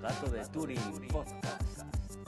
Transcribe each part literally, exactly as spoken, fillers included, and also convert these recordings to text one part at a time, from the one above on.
Gato de Turing Podcast.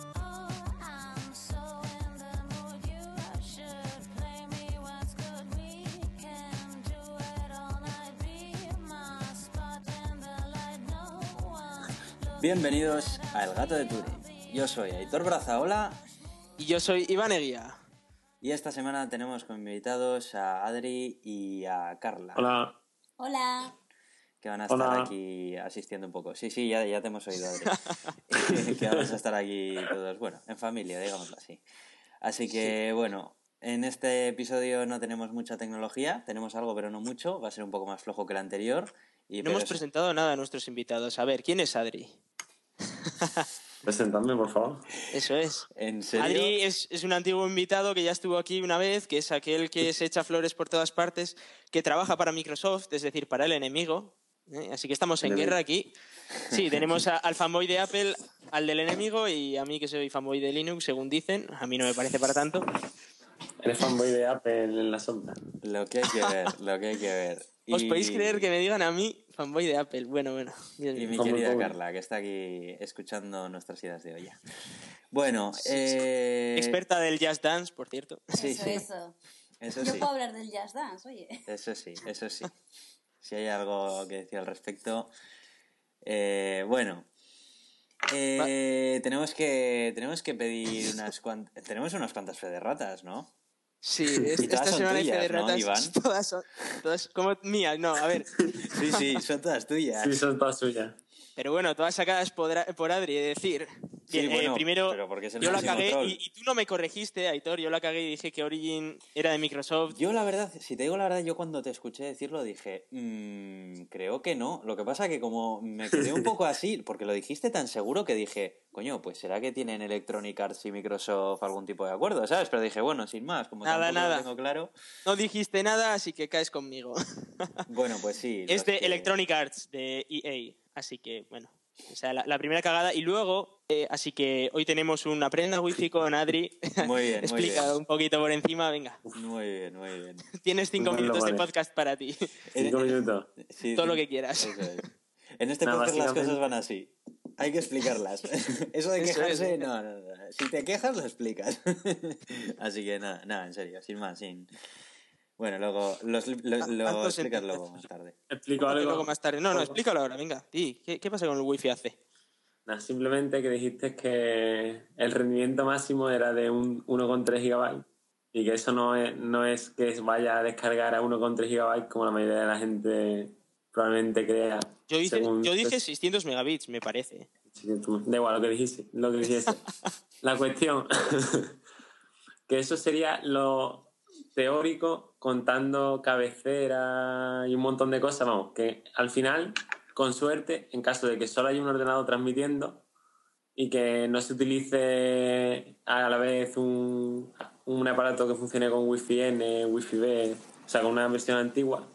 Bienvenidos a El Gato de Turing. Yo soy Aitor Brazaola. Y yo soy Iván Eguía. Y esta semana tenemos como invitados a Adri y a Carla. Hola. Hola. Que van a estar Hola. aquí asistiendo un poco. Sí, sí, ya, ya te hemos oído, Adri. Que vamos a estar aquí todos, bueno, en familia, digámoslo así. Así que, sí. Bueno, en este episodio no tenemos mucha tecnología. Tenemos algo, pero no mucho. Va a ser un poco más flojo que el anterior. Y, no hemos es... presentado nada a nuestros invitados. A ver, ¿quién es Adri? Presentadme, por favor. Eso es. ¿En serio? Adri es, es un antiguo invitado que ya estuvo aquí una vez, que es aquel que se echa flores por todas partes, que trabaja para Microsoft, es decir, para el enemigo. ¿eh? Así que estamos en guerra aquí. Sí, tenemos a, al fanboy de Apple, al del enemigo, y a mí que soy fanboy de Linux, según dicen. A mí no me parece para tanto. Eres fanboy de Apple en la sombra. Lo que hay que ver, lo que hay que ver. ¿Os y... podéis creer que me digan a mí fanboy de Apple? Bueno, bueno. Bien, y mi fanboy querida fanboy. Carla, que está aquí escuchando nuestras ideas de olla. Bueno, sí, eh... sí. Experta del Just Dance, por cierto. Sí, eso, sí. eso. Eso Yo sí. puedo hablar del Just Dance, oye. Eso sí, eso sí. Si hay algo que decir al respecto. Eh, bueno. Eh, tenemos que tenemos que pedir unas cuantas... Tenemos unas cuantas fe de ratas, ¿no? Sí, es, esta semana tuyas, hay fe de ratas, ¿no, Iván? Todas son todas como mías, no, a ver. Sí, sí, son todas tuyas. Sí, son todas suyas. Pero bueno, todas sacadas por, por Adri, es decir... Sí, bien, bueno, eh, primero, pero porque es el yo la máximo cagué troll. y, y tú no me corregiste, Aitor, yo la cagué y dije que Origin era de Microsoft. Yo la verdad, si te digo la verdad, yo cuando te escuché decirlo dije, mmm, creo que no. Lo que pasa que como me quedé un poco así, porque lo dijiste tan seguro que dije, coño, pues será que tienen Electronic Arts y Microsoft algún tipo de acuerdo, ¿sabes? Pero dije, bueno, sin más, como nada, tampoco nada. lo tengo claro. No dijiste nada, así que caes conmigo. Bueno, pues sí. Es de que... Electronic Arts, de E A, así que bueno. O sea, la, la primera cagada. Y luego, eh, así que hoy tenemos un Aprenda Wi-Fi con Adri. Muy bien, Explica muy bien. un poquito por encima, venga. Muy bien, muy bien. Tienes cinco Bueno, minutos vale. de podcast para ti. Cinco minutos. Sí, Todo sí, lo que quieras. Eso es. En este Nada, podcast las básicamente- cosas van así. Hay que explicarlas. Eso de Eso quejarse, es. no, no, no. Si te quejas, lo explicas. Así que nada, nada, en serio, sin más, sin... Bueno, luego lo, lo, lo ¿Cuántos explicas entonces? luego más tarde. Explico Que algo. luego más tarde. No, no, explícalo ahora, venga. Di, ¿qué, qué pasa con el Wi-Fi A C? Nada, simplemente que dijiste que el rendimiento máximo era de un uno coma tres gigabytes y que eso no es, no es que vaya a descargar a uno coma tres gigabytes como la mayoría de la gente probablemente crea. Yo dije, según- yo dije seiscientos megabits, me parece. Sí, tú- da igual lo que dijiste, lo que dijiste. La cuestión, que eso sería lo teórico contando cabecera y un montón de cosas, vamos, que al final, con suerte, en caso de que solo haya un ordenador transmitiendo y que no se utilice a la vez un, un aparato que funcione con Wi-Fi N, Wi-Fi B, o sea, con una versión antigua,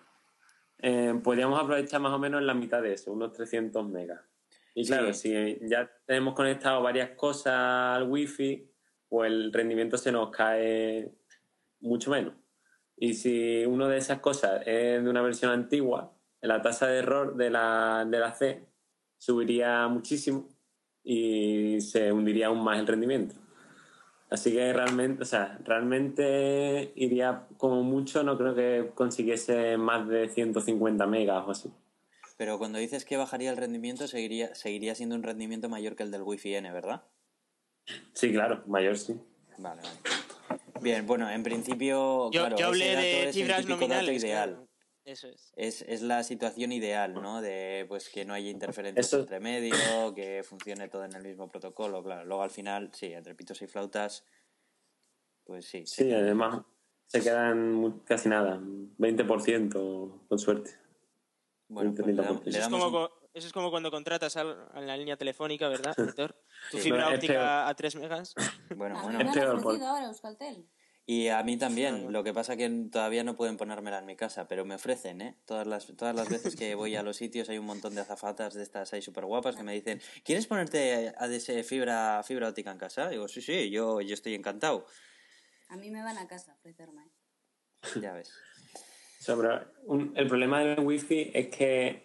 eh, podríamos aprovechar más o menos la mitad de eso, unos trescientos megas. Y claro, Sí. si ya tenemos conectado varias cosas al Wi-Fi, pues el rendimiento se nos cae mucho menos. Y si una de esas cosas es de una versión antigua, la tasa de error de la, de la C subiría muchísimo y se hundiría aún más el rendimiento. Así que realmente, o sea, realmente iría como mucho, no creo que consiguiese más de ciento cincuenta megas o así. Pero cuando dices que bajaría el rendimiento, seguiría, seguiría siendo un rendimiento mayor que el del Wi-Fi N, ¿verdad? Sí, claro, mayor sí. Vale, vale. Bien, bueno, en principio, Yo, claro, yo hablé ese dato de es el cifras típico dato nominales. ideal. Claro. Eso es. Es, es la situación ideal, ¿no? De pues que no haya interferencias Eso- entre medio, que funcione todo en el mismo protocolo, claro. Luego al final, sí, entre pitos y flautas, pues sí. se Sí, queda. además se quedan mu- casi nada, veinte por ciento con suerte. Bueno, pues le, dam- le Eso es, damos como, un- co- eso es como cuando contratas al- a la línea telefónica, ¿verdad, Aitor? Tu Sí. fibra No, es óptica peor. a tres megas. Bueno, A mí bueno. me han peor, ofrecido porque- ahora Euskaltel. Y a mí Ah, también, bueno. lo que pasa que todavía no pueden ponérmela en mi casa, pero me ofrecen, ¿eh? Todas las, todas las veces que voy a los sitios hay un montón de azafatas de estas ahí súper guapas que me dicen, ¿quieres ponerte A D S fibra, fibra óptica en casa? Digo, sí, sí, yo, yo estoy encantado. A mí me van a casa a ofrecerme. Ya ves. O sea, pero un- el problema del Wi-Fi es que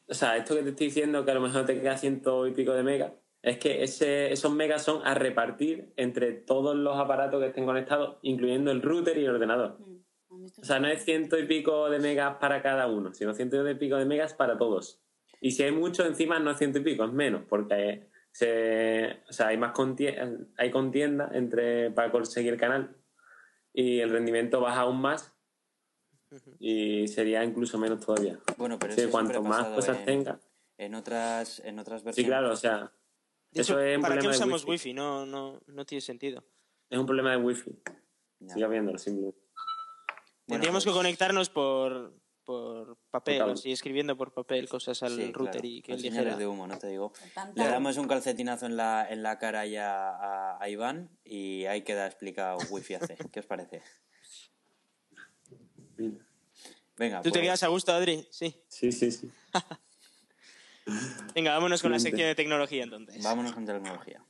O sea, esto que te estoy diciendo, que a lo mejor te queda ciento y pico de megas, es que ese, esos megas son a repartir entre todos los aparatos que estén conectados, incluyendo el router y el ordenador. O sea, no es ciento y pico de megas para cada uno, sino ciento y pico de megas para todos. Y si hay mucho encima, no es ciento y pico, es menos, porque se, o sea, hay más contienda, hay contienda entre, para conseguir el canal y el rendimiento baja aún más y sería incluso menos todavía. Bueno, pero sí, eso cuanto más cosas en, tenga. En otras, en otras versiones. Sí, claro, o sea. De eso hecho, es un ¿para qué problema usamos de wifi? wifi? No, no, no tiene sentido. Es un problema de wifi. Ya. Siga viéndolo, simplemente. Tendríamos Bueno, pues, que conectarnos por, por papel, Por así escribiendo por papel cosas al sí, router claro, y que con él señales dijera. de humo, no te digo. Tanta- Le damos un calcetinazo en la, en la cara ya a, a Iván y ahí queda explicado Wi-Fi A C. ¿Qué os parece? Venga, ¿Tú te pues, quedas a gusto, Adri? Sí. Sí, sí, sí. Venga, vámonos con la Siguiente. sección de tecnología entonces. vámonos con tecnología.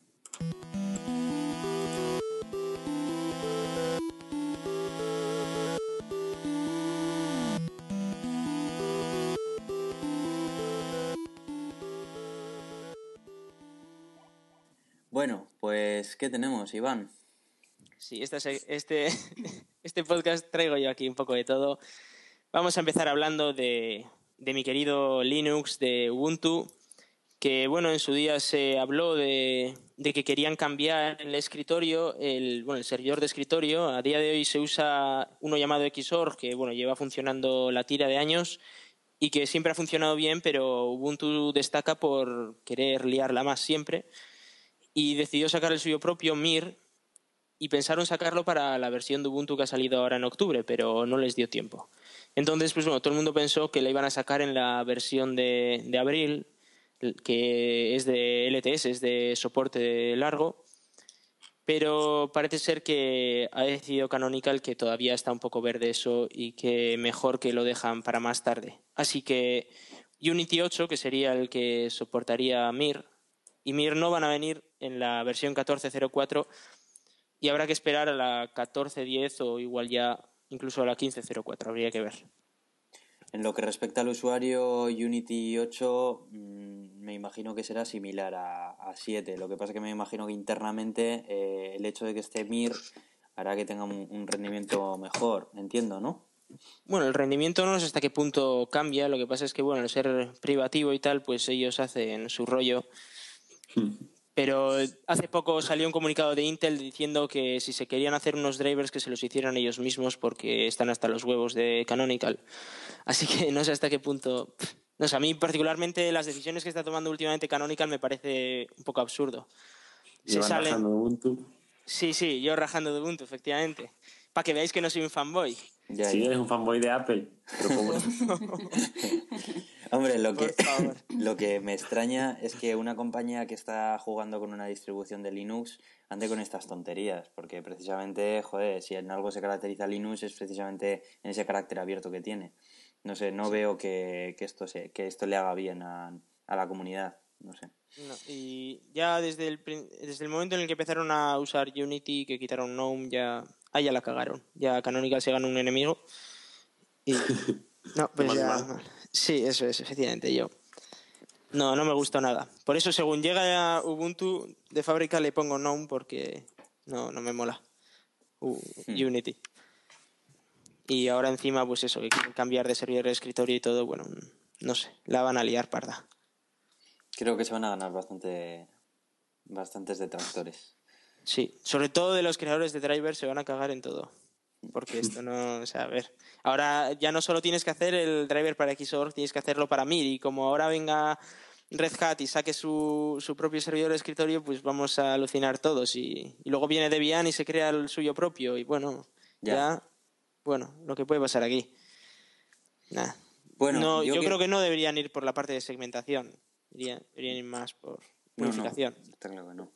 Bueno, pues, ¿qué tenemos, Iván? Sí, esta se- este, este podcast traigo yo aquí un poco de todo. Vamos a empezar hablando de, de mi querido Linux, de Ubuntu, que bueno, en su día se habló de, de que querían cambiar el escritorio, el, bueno, el servidor de escritorio. A día de hoy se usa uno llamado Xorg, que bueno, lleva funcionando la tira de años y que siempre ha funcionado bien, pero Ubuntu destaca por querer liarla más siempre y decidió sacar el suyo propio, Mir, y pensaron sacarlo para la versión de Ubuntu que ha salido ahora en octubre, pero no les dio tiempo. Entonces, pues bueno, todo el mundo pensó que la iban a sacar en la versión de, de abril, que es de L T S, es de soporte largo, pero parece ser que ha decidido Canonical que todavía está un poco verde eso y que mejor que lo dejan para más tarde. Así que Unity ocho, que sería el que soportaría Mir, y Mir no van a venir en la versión catorce cero cuatro y habrá que esperar a la catorce diez o igual ya incluso a la quince cero cuatro, habría que ver. En lo que respecta al usuario, Unity ocho mmm, me imagino que será similar a, a siete. Lo que pasa es que me imagino que internamente eh, el hecho de que esté Mir hará que tenga un, un rendimiento mejor, entiendo, ¿no? Bueno, el rendimiento no sé hasta qué punto cambia, lo que pasa es que, bueno, al ser privativo y tal, pues ellos hacen su rollo. Pero hace poco salió un comunicado de Intel diciendo que si se querían hacer unos drivers que se los hicieran ellos mismos porque están hasta los huevos de Canonical. Así que no sé hasta qué punto... No sé, a mí particularmente las decisiones que está tomando últimamente Canonical me parece un poco absurdo. Y Se van salen... rajando de Ubuntu. Sí, sí, yo rajando de Ubuntu, efectivamente. Para que veáis que no soy un fanboy. Ya, Sí, ya. eres un fanboy de Apple. Pero como... Hombre, lo que, Por favor. lo que me extraña es que una compañía que está jugando con una distribución de Linux ande con estas tonterías, porque precisamente, joder, si en algo se caracteriza Linux es precisamente en ese carácter abierto que tiene. No sé, no Sí. veo que, que, esto se, que esto le haga bien a, a la comunidad, no sé. No, y ya desde el, prin- desde el momento en el que empezaron a usar Unity, que quitaron GNOME, ya, ah, ya la cagaron. Ya Canonical se ganó un enemigo. Y no, pues Más ya... mal. Sí, eso es, efectivamente, yo. No, no me gustó nada. Por eso, según llega a Ubuntu de fábrica, le pongo GNOME porque no, no me mola U- Hmm. Unity. Y ahora encima, pues eso, que quieren cambiar de servidor de escritorio y todo, bueno, no sé, la van a liar parda. Creo que se van a ganar bastante, bastantes detractores. Sí, sobre todo de los creadores de drivers se van a cagar en todo. Porque esto no, o sea, a ver, ahora ya no solo tienes que hacer el driver para Xorg, tienes que hacerlo para Mir, y como ahora venga Red Hat y saque su, su propio servidor de escritorio, pues vamos a alucinar todos, y, y luego viene Debian y se crea el suyo propio, y bueno, Ya. ya, bueno, lo que puede pasar aquí. Nah. Bueno, No, yo yo que- creo que no deberían ir por la parte de segmentación, deberían, deberían ir más por No, no, unificación. está claro que no.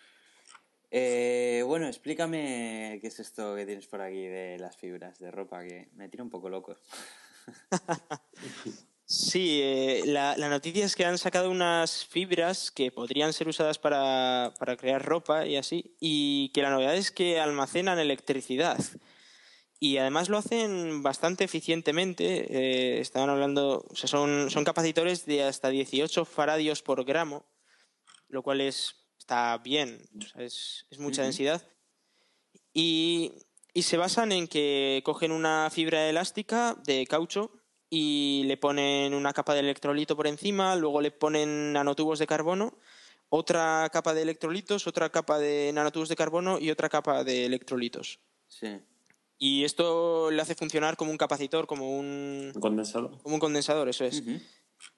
Eh, bueno, explícame qué es esto que tienes por aquí de las fibras de ropa, que me tira un poco loco. Sí, eh, la, la noticia es que han sacado unas fibras que podrían ser usadas para, para crear ropa y así, y que la novedad es que almacenan electricidad. y además lo hacen bastante eficientemente. Eh, estaban hablando, o sea, son, son capacitores de hasta dieciocho faradios por gramo, lo cual es está bien, o sea, es, es mucha Ujú. densidad. Y, y se basan en que cogen una fibra elástica de caucho y le ponen una capa de electrolito por encima, luego le ponen nanotubos de carbono, otra capa de electrolitos, otra capa de nanotubos de carbono y otra capa de electrolitos. Sí. Y esto le hace funcionar como un capacitor, como un, Un condensador. como un condensador, eso es. Ujú.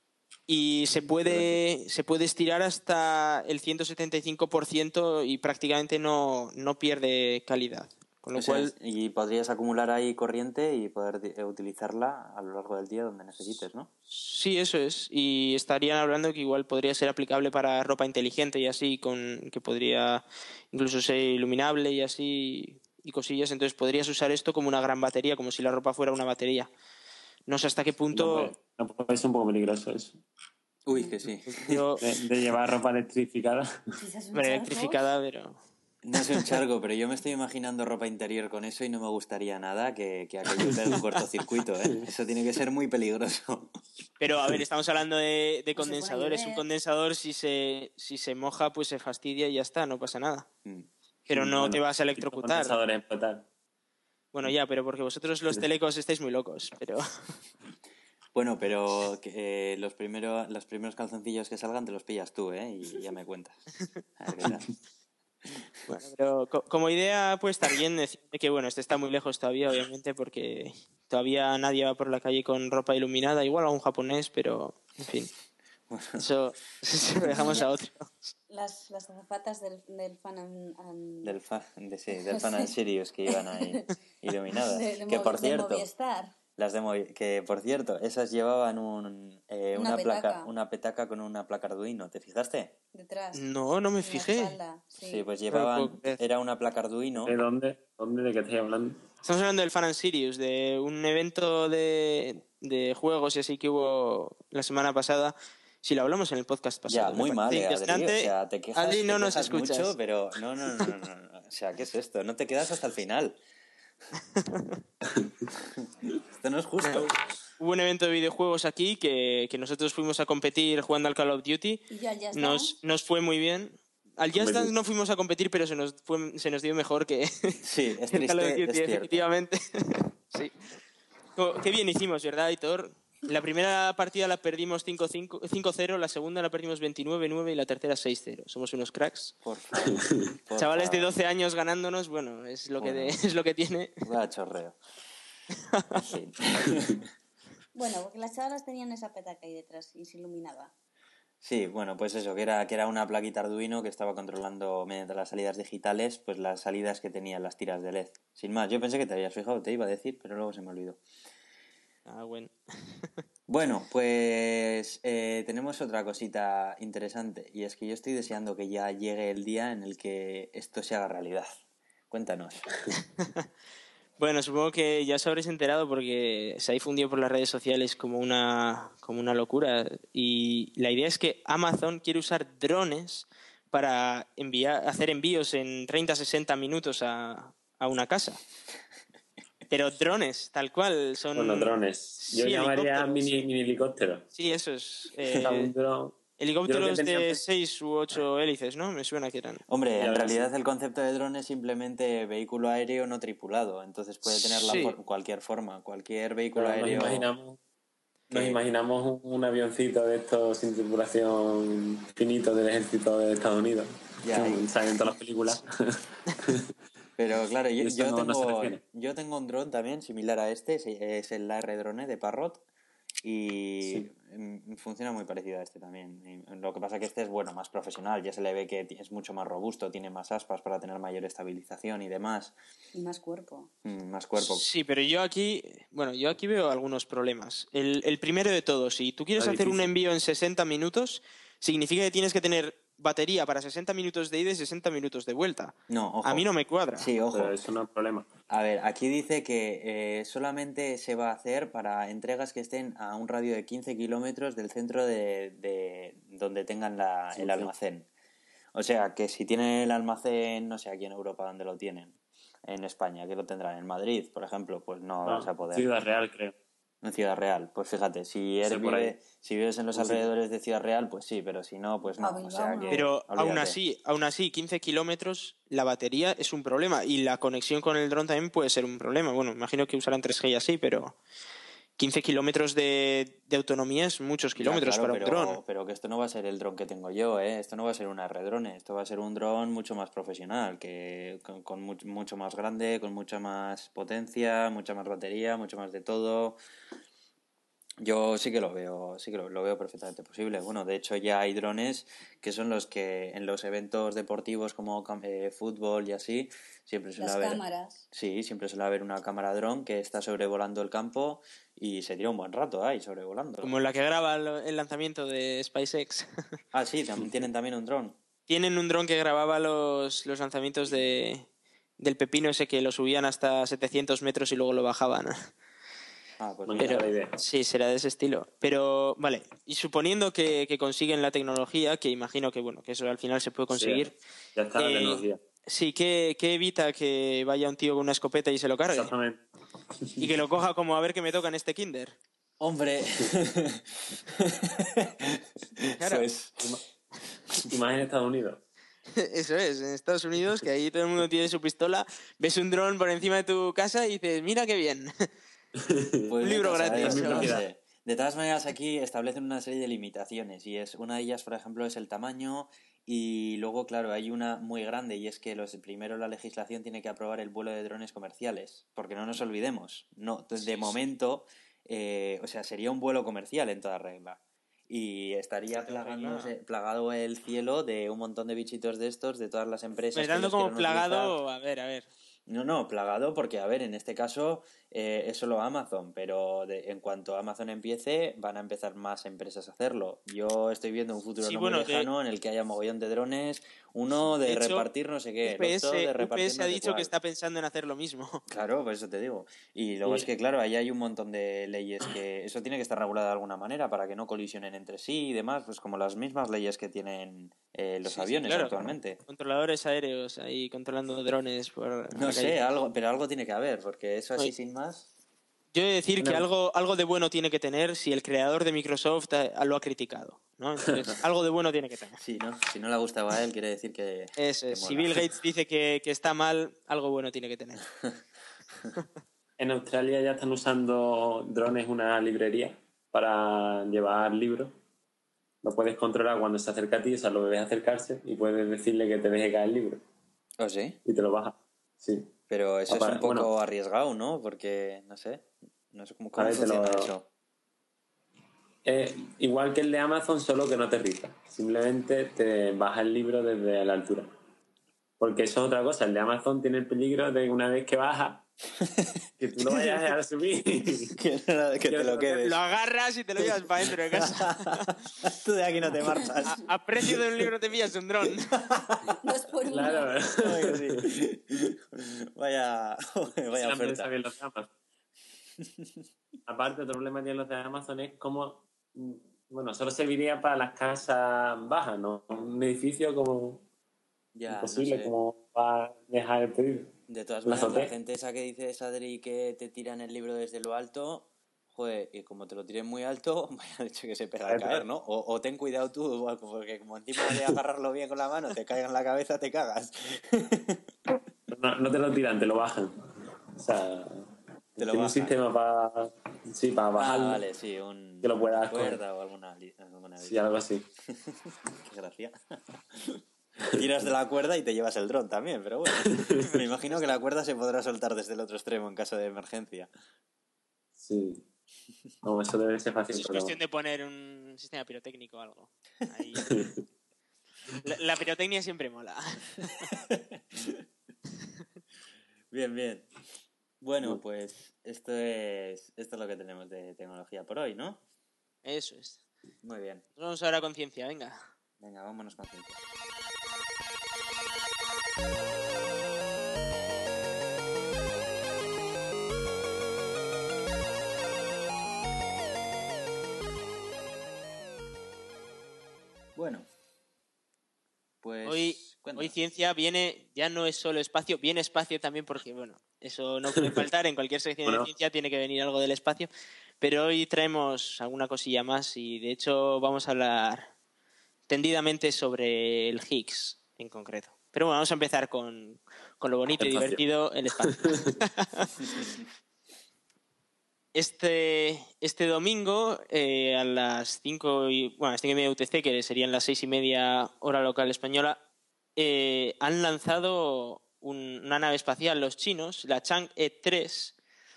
Y se puede, se puede estirar hasta el ciento setenta y cinco por ciento y prácticamente no, no pierde calidad. Con lo O sea, cual, y podrías acumular ahí corriente y poder di- utilizarla a lo largo del día donde necesites, ¿no? sí, eso es. Y estarían hablando que igual podría ser aplicable para ropa inteligente y así, con que podría incluso ser iluminable y así y cosillas. Entonces podrías usar esto como una gran batería, como si la ropa fuera una batería. No sé hasta qué No punto. puede, no puede ser un poco peligroso eso. Uy, que sí. Yo, De, de llevar ropa electrificada. Quizás un hombre, charco. electrificada, pero. No sé un charco, pero yo me estoy imaginando ropa interior con eso y no me gustaría nada que, que aquello pegue un cortocircuito, ¿eh? Eso tiene que ser muy peligroso. Pero a ver, estamos hablando de, de O se pone a condensadores. Un llover. condensador, si se, si se moja, pues se fastidia y ya está, no pasa nada. Mm. Pero no Bueno, te vas a los electrocutar. condensadores explotar. Bueno, ya, pero porque vosotros los telecos estáis muy locos. Pero Bueno, pero que, eh, los, primero, los primeros calzoncillos que salgan te los pillas tú, ¿eh? Y ya me cuentas. A ver qué tal. bueno, pero co- como idea puede estar bien decir que, bueno, este está muy lejos todavía, obviamente, porque todavía nadie va por la calle con ropa iluminada. Igual a un japonés, pero, en fin. Eso, eso lo dejamos a otro. Las, las azafatas del, del fan and, and- Del fan, de, sí, del fan and Sirius que iban ahí iluminadas. de, de que Movi- por de cierto, Movistar. las de Movi- que por cierto, esas llevaban un, eh, Una una, placa, petaca. una petaca con una placa Arduino. ¿Te fijaste? Detrás. No, no me En la fijé. espalda. Sí, Sí. pues No lo puedo llevaban, creer. era una placa Arduino. ¿De dónde? ¿Dónde? ¿De qué estáis hablando? Estamos hablando del Fan and Sirius, de un evento de, de juegos y así que hubo la semana pasada. Si lo hablamos en el podcast pasado. Ya, me muy parece mal, eh, Adri. O interesante. sea, te quejas, Adri, no te nos quejas escuchas. mucho, pero no, no, no, no, no, no. O sea, ¿qué es esto? No te quedas hasta el final. Esto no es justo. Hubo un evento de videojuegos aquí que, que nosotros fuimos a competir jugando al Call of Duty. Y yo al Just Nos, Dance. nos fue muy bien. Al Just Competir. Dance no fuimos a competir, pero se nos, fue, se nos dio mejor que Sí, es el Call of triste, Duty, es cierto. efectivamente. Sí. Co- Qué bien hicimos, ¿verdad, Aitor? La primera partida la perdimos cinco cero, la segunda la perdimos veintinueve nueve y la tercera seis cero. Somos unos cracks. Por favor. por Chavales de favor. doce años ganándonos, bueno, es lo, que Bueno. de- es lo que tiene. Vaya chorreo. En fin. Bueno, porque las chavalas tenían esa petaca ahí detrás y se iluminaba. Sí, bueno, pues eso, que era, que era una plaquita Arduino que estaba controlando mediante las salidas digitales, pues las salidas que tenían las tiras de L E D. Sin más, yo pensé que te habías fijado, te iba a decir, pero luego se me olvidó. Ah, bueno. Bueno, pues eh, tenemos otra cosita interesante, y es que yo estoy deseando que ya llegue el día en el que esto se haga realidad. Cuéntanos. Bueno, supongo que ya os habréis enterado porque se ha difundido por las redes sociales como una, como una locura. Y la idea es que Amazon quiere usar drones para enviar, hacer envíos en treinta a sesenta minutos a, a una casa. Pero drones, tal cual, son... Bueno, drones. Yo Sí, llamaría helicópteros. mini, mini helicóptero. Sí, eso es. O sea, eh, un dron. helicópteros Yo lo que tenía de pens- seis u ocho hélices, ¿no? Me suena que eran. Hombre, Ya en ves, realidad sí. el concepto de dron es simplemente vehículo aéreo no tripulado, entonces puede tener la Sí. for- cualquier forma, cualquier vehículo Pero nos aéreo... imaginamos, nos que- imaginamos un, un avioncito de estos sin tripulación finito del ejército de Estados Unidos. Ya, que y- salen en todas las películas. Pero claro, yo, Y eso yo no- no se tengo, refiere. yo tengo un dron también similar a este, se- es el A R Drone de Parrot y Sí. mm, funciona muy parecido a este también. Y lo que pasa que este es bueno, más profesional, ya se le ve que ti- es mucho más robusto, tiene más aspas para tener mayor estabilización y demás, Y más cuerpo. mm, más cuerpo. Sí, pero yo aquí, bueno, yo aquí veo algunos problemas. El, el primero de todos, si tú quieres Está hacer un difícil. envío en sesenta minutos, significa que tienes que tener batería para sesenta minutos de ida y sesenta minutos de vuelta. No, ojo. A mí no me cuadra. Sí, ojo. Pero eso no es problema. A ver, aquí dice que eh, solamente se va a hacer para entregas que estén a un radio de quince kilómetros del centro de, de donde tengan la, Sí, el sí. almacén. O sea, que si tienen el almacén, no sé aquí en Europa dónde lo tienen, en España, que lo tendrán. En Madrid, por ejemplo, pues no, No, vas a poder. Ciudad Real, creo. En Ciudad Real, pues fíjate, si eres Sí, por ahí. vive, si vives en los Sí. alrededores de Ciudad Real, pues sí, pero si no, pues no. A Bilbao, O sea no. que, Pero aún olvídate. así, aún así, quince kilómetros, la batería es un problema y la conexión con el dron también puede ser un problema. Bueno, imagino que usarán tres G y así, pero quince kilómetros de, de autonomía es muchos Ya, kilómetros claro, para un pero, dron. pero que esto no va a ser el dron que tengo yo, ¿eh? Esto no va a ser una R-Drone, esto va a ser un dron mucho más profesional, que con, con much- mucho más grande, con mucha más potencia, mucha más batería, mucho más de todo. Yo sí que lo veo, sí que lo, lo veo perfectamente posible. Bueno, de hecho ya hay drones que son los que en los eventos deportivos como cam- eh, fútbol y así, siempre suele Las haber, cámaras. sí, siempre suele haber una cámara dron que está sobrevolando el campo y se tira un buen rato ahí sobrevolando. Como la que graba lo- el lanzamiento de SpaceX. Ah, sí, también tienen también un dron. Tienen un dron que grababa los, los lanzamientos de, del pepino ese que lo subían hasta setecientos metros y luego lo bajaban. Ah, pues Me mira. encanta la idea. Sí, será de ese estilo. Pero, vale, y suponiendo que, que consiguen la tecnología, que imagino que, bueno, que eso al final se puede conseguir. Sí, ya está la eh, tecnología. Sí, ¿qué, qué evita que vaya un tío con una escopeta y se lo cargue? Exactamente. Y que lo coja como a ver qué me toca en este kinder. Hombre. Claro. Pues, Y más en Estados Unidos. Eso es, en Estados Unidos, que ahí todo el mundo tiene su pistola, ves un dron por encima de tu casa y dices, mira qué bien. pues Un libro vete a gratis, saber, ¿no? no sé. De todas maneras, aquí establecen una serie de limitaciones y es una de ellas, por ejemplo, es el tamaño y luego, claro, hay una muy grande y es que los primero la legislación tiene que aprobar el vuelo de drones comerciales, porque no nos olvidemos, no, de Sí, sí. momento, eh, o sea, sería un vuelo comercial en toda regla y estaría En toda regla. plagándose- plagado el cielo de un montón de bichitos de estos, de todas las empresas Pues que dando los como quieren utilizar. plagado, a ver, a ver. No, no, plagado porque, a ver, en este caso eh, es solo Amazon, pero de- en cuanto Amazon empiece, van a empezar más empresas a hacerlo. Yo estoy viendo un futuro Sí, no bueno, muy de- lejano en el que haya mogollón de drones, uno de, De hecho, repartir no sé qué, el UPS, otro de repartir UPS no ha sé dicho cuál. que está pensando en hacer lo mismo. Claro, por eso te digo. Y luego Sí. es que, claro, ahí hay un montón de leyes que eso tiene que estar regulado de alguna manera para que no colisionen entre sí y demás, pues como las mismas leyes que tienen eh, los Sí, sí, aviones claro. actualmente. Controladores aéreos ahí controlando drones por No la sé, calle. algo, pero algo tiene que haber, porque eso así Oye, sin más. Yo he de decir que Bueno. algo, algo de bueno tiene que tener si el creador de Microsoft eh, lo ha criticado, ¿no? Entonces, algo de bueno tiene que tener. Sí, ¿no? Si no le gustaba a él, quiere decir que, Eso que es. Si mola. Bill Gates dice que, que está mal, algo bueno tiene que tener. En Australia ya están usando drones, una librería para llevar libros. Lo puedes controlar cuando se acerca a ti, o sea, lo ves acercarse y puedes decirle que te deje caer el libro ¿Oh, sí? y te lo baja. Sí. Pero eso es Aparte- un poco bueno. arriesgado, ¿no? Porque, no sé, no sé cómo, A cómo ver, te lo- funciona eso. Eh, igual que el de Amazon, solo que no te riza. Simplemente te baja el libro desde la altura. Porque eso es otra cosa. El de Amazon tiene el peligro de una vez que baja, que tú lo vayas a dejar subir. que nada, que te lo quedes. Lo agarras y te lo llevas para dentro de casa. Tú de aquí no te marchas. A, a precio de un libro te pillas un dron. Dos por uno. Claro. Ay, que sí. Vaya, vaya La oferta. empresa bien los de Amazon. Aparte, otro problema que tienen los de Amazon es cómo, mm, bueno, solo serviría para las casas bajas, ¿no? Un edificio como Ya, imposible, no sé. como va a dejar el pedido. De todas La maneras, la azotea. gente esa que dice Sadri que te tiran el libro desde lo alto, joder, y como te lo tiren muy alto, vaya hecho que se pega a Claro, caer, claro. ¿no? O, o ten cuidado tú, porque como encima de agarrarlo bien con la mano te caiga en la cabeza, te cagas. No, no te lo tiran, te lo bajan. O sea, Te lo tiene un bajan. sistema para, sí, para Ah, bajarlo. vale, sí, un, Que lo puedas una coger. cuerda o alguna, li- alguna Sí, algo así. Qué gracia. Tiras de la cuerda y te llevas el dron también, pero bueno. Me imagino que la cuerda se podrá soltar desde el otro extremo en caso de emergencia. Sí. No, eso debe ser fácil. Es pero- cuestión de poner un sistema pirotécnico o algo. Ahí. La, la pirotecnia siempre mola. Bien, bien. Bueno, Bueno. pues esto es, esto es lo que tenemos de tecnología por hoy, ¿no? Eso es. Muy bien. Nos vamos ahora a conciencia, venga. Venga, vámonos con ciencia. Bueno, pues Hoy, cuéntanos. hoy ciencia viene, ya no es solo espacio, bien espacio también porque, bueno, eso no puede faltar, en cualquier sección Bueno. de ciencia tiene que venir algo del espacio, pero hoy traemos alguna cosilla más y de hecho vamos a hablar tendidamente sobre el Higgs en concreto. Pero bueno, vamos a empezar con, con lo bonito y Espacio. divertido, el espacio. Este, este domingo, eh, a las cinco y, bueno, a las cinco y media U T C, que serían las seis y media hora local española, eh, han lanzado un, una nave espacial los chinos, la Chang'e tres,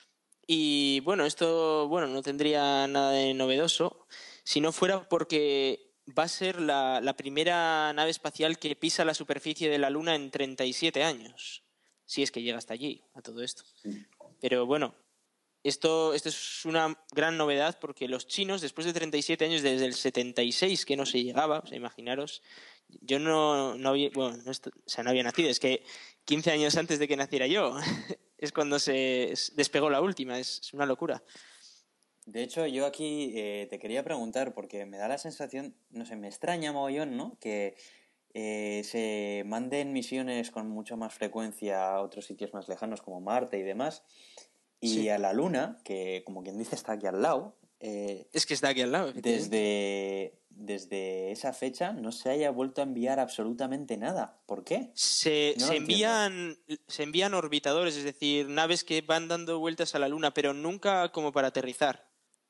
y bueno, esto bueno no tendría nada de novedoso si no fuera porque va a ser la, la primera nave espacial que pisa la superficie de la Luna en treinta y siete años, si es que llega hasta allí, a todo esto. Pero bueno, Esto, esto es una gran novedad porque los chinos, después de treinta y siete años, desde el setenta y seis que no se llegaba, o sea, imaginaros, yo no, no había, bueno, no, est- o sea, no había nacido, es que quince años antes de que naciera yo es cuando se despegó la última, es, es una locura. De hecho, yo aquí eh, te quería preguntar, porque me da la sensación, no sé, me extraña mogollón, ¿no? Que eh, se manden misiones con mucha más frecuencia a otros sitios más lejanos como Marte y demás, y Sí. a la Luna, que como quien dice está aquí al lado, eh, Es que está aquí al lado, efectivamente. desde, desde esa fecha no se haya vuelto a enviar absolutamente nada. ¿Por qué? Se, No se lo entiendo. envían, se envían orbitadores, es decir, naves que van dando vueltas a la Luna, pero nunca como para aterrizar.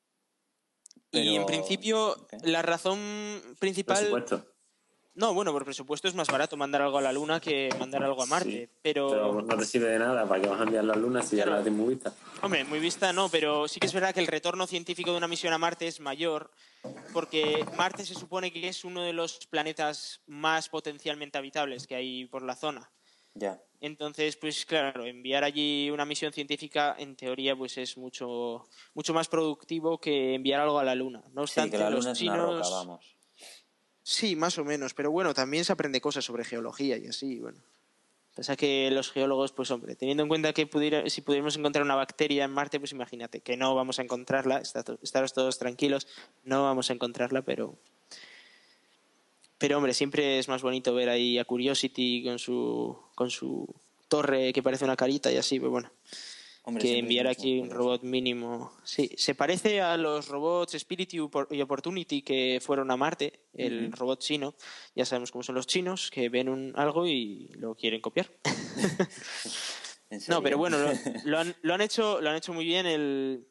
Y en Pero, principio, ¿ok? la razón Por principal... supuesto. No, bueno, por presupuesto es más barato mandar algo a la Luna que mandar algo a Marte, Sí, pero... pero no te sirve de nada. ¿Para qué vas a enviar la luna si ya Claro. la tienes muy vista? Hombre, muy vista no, pero sí que es verdad que el retorno científico de una misión a Marte es mayor, porque Marte se supone que es uno de los planetas más potencialmente habitables que hay por la zona. Ya. Entonces, pues claro, enviar allí una misión científica, en teoría, pues es mucho, mucho más productivo que enviar algo a la Luna. No Sí, que obstante, la los Luna es una chinos... roca, vamos. Sí, más o menos, pero bueno, también se aprende cosas sobre geología y así, bueno. Pasa que los geólogos, pues hombre, teniendo en cuenta que pudiera, si pudiéramos encontrar una bacteria en Marte, pues imagínate que no vamos a encontrarla, está- estaros todos tranquilos, no vamos a encontrarla, pero... Pero hombre, siempre es más bonito ver ahí a Curiosity con su, con su torre que parece una carita y así, pues bueno. Hombre, Que siempre es enviar mucho aquí más un curioso. robot mínimo. Sí, se parece a los robots Spirit y Opor- y Opportunity que fueron a Marte, el Ujú. robot chino. Ya sabemos cómo son los chinos, que ven un, algo y lo quieren copiar. ¿En No, pero serio? bueno, lo, lo han, lo han hecho, lo han hecho muy bien. El,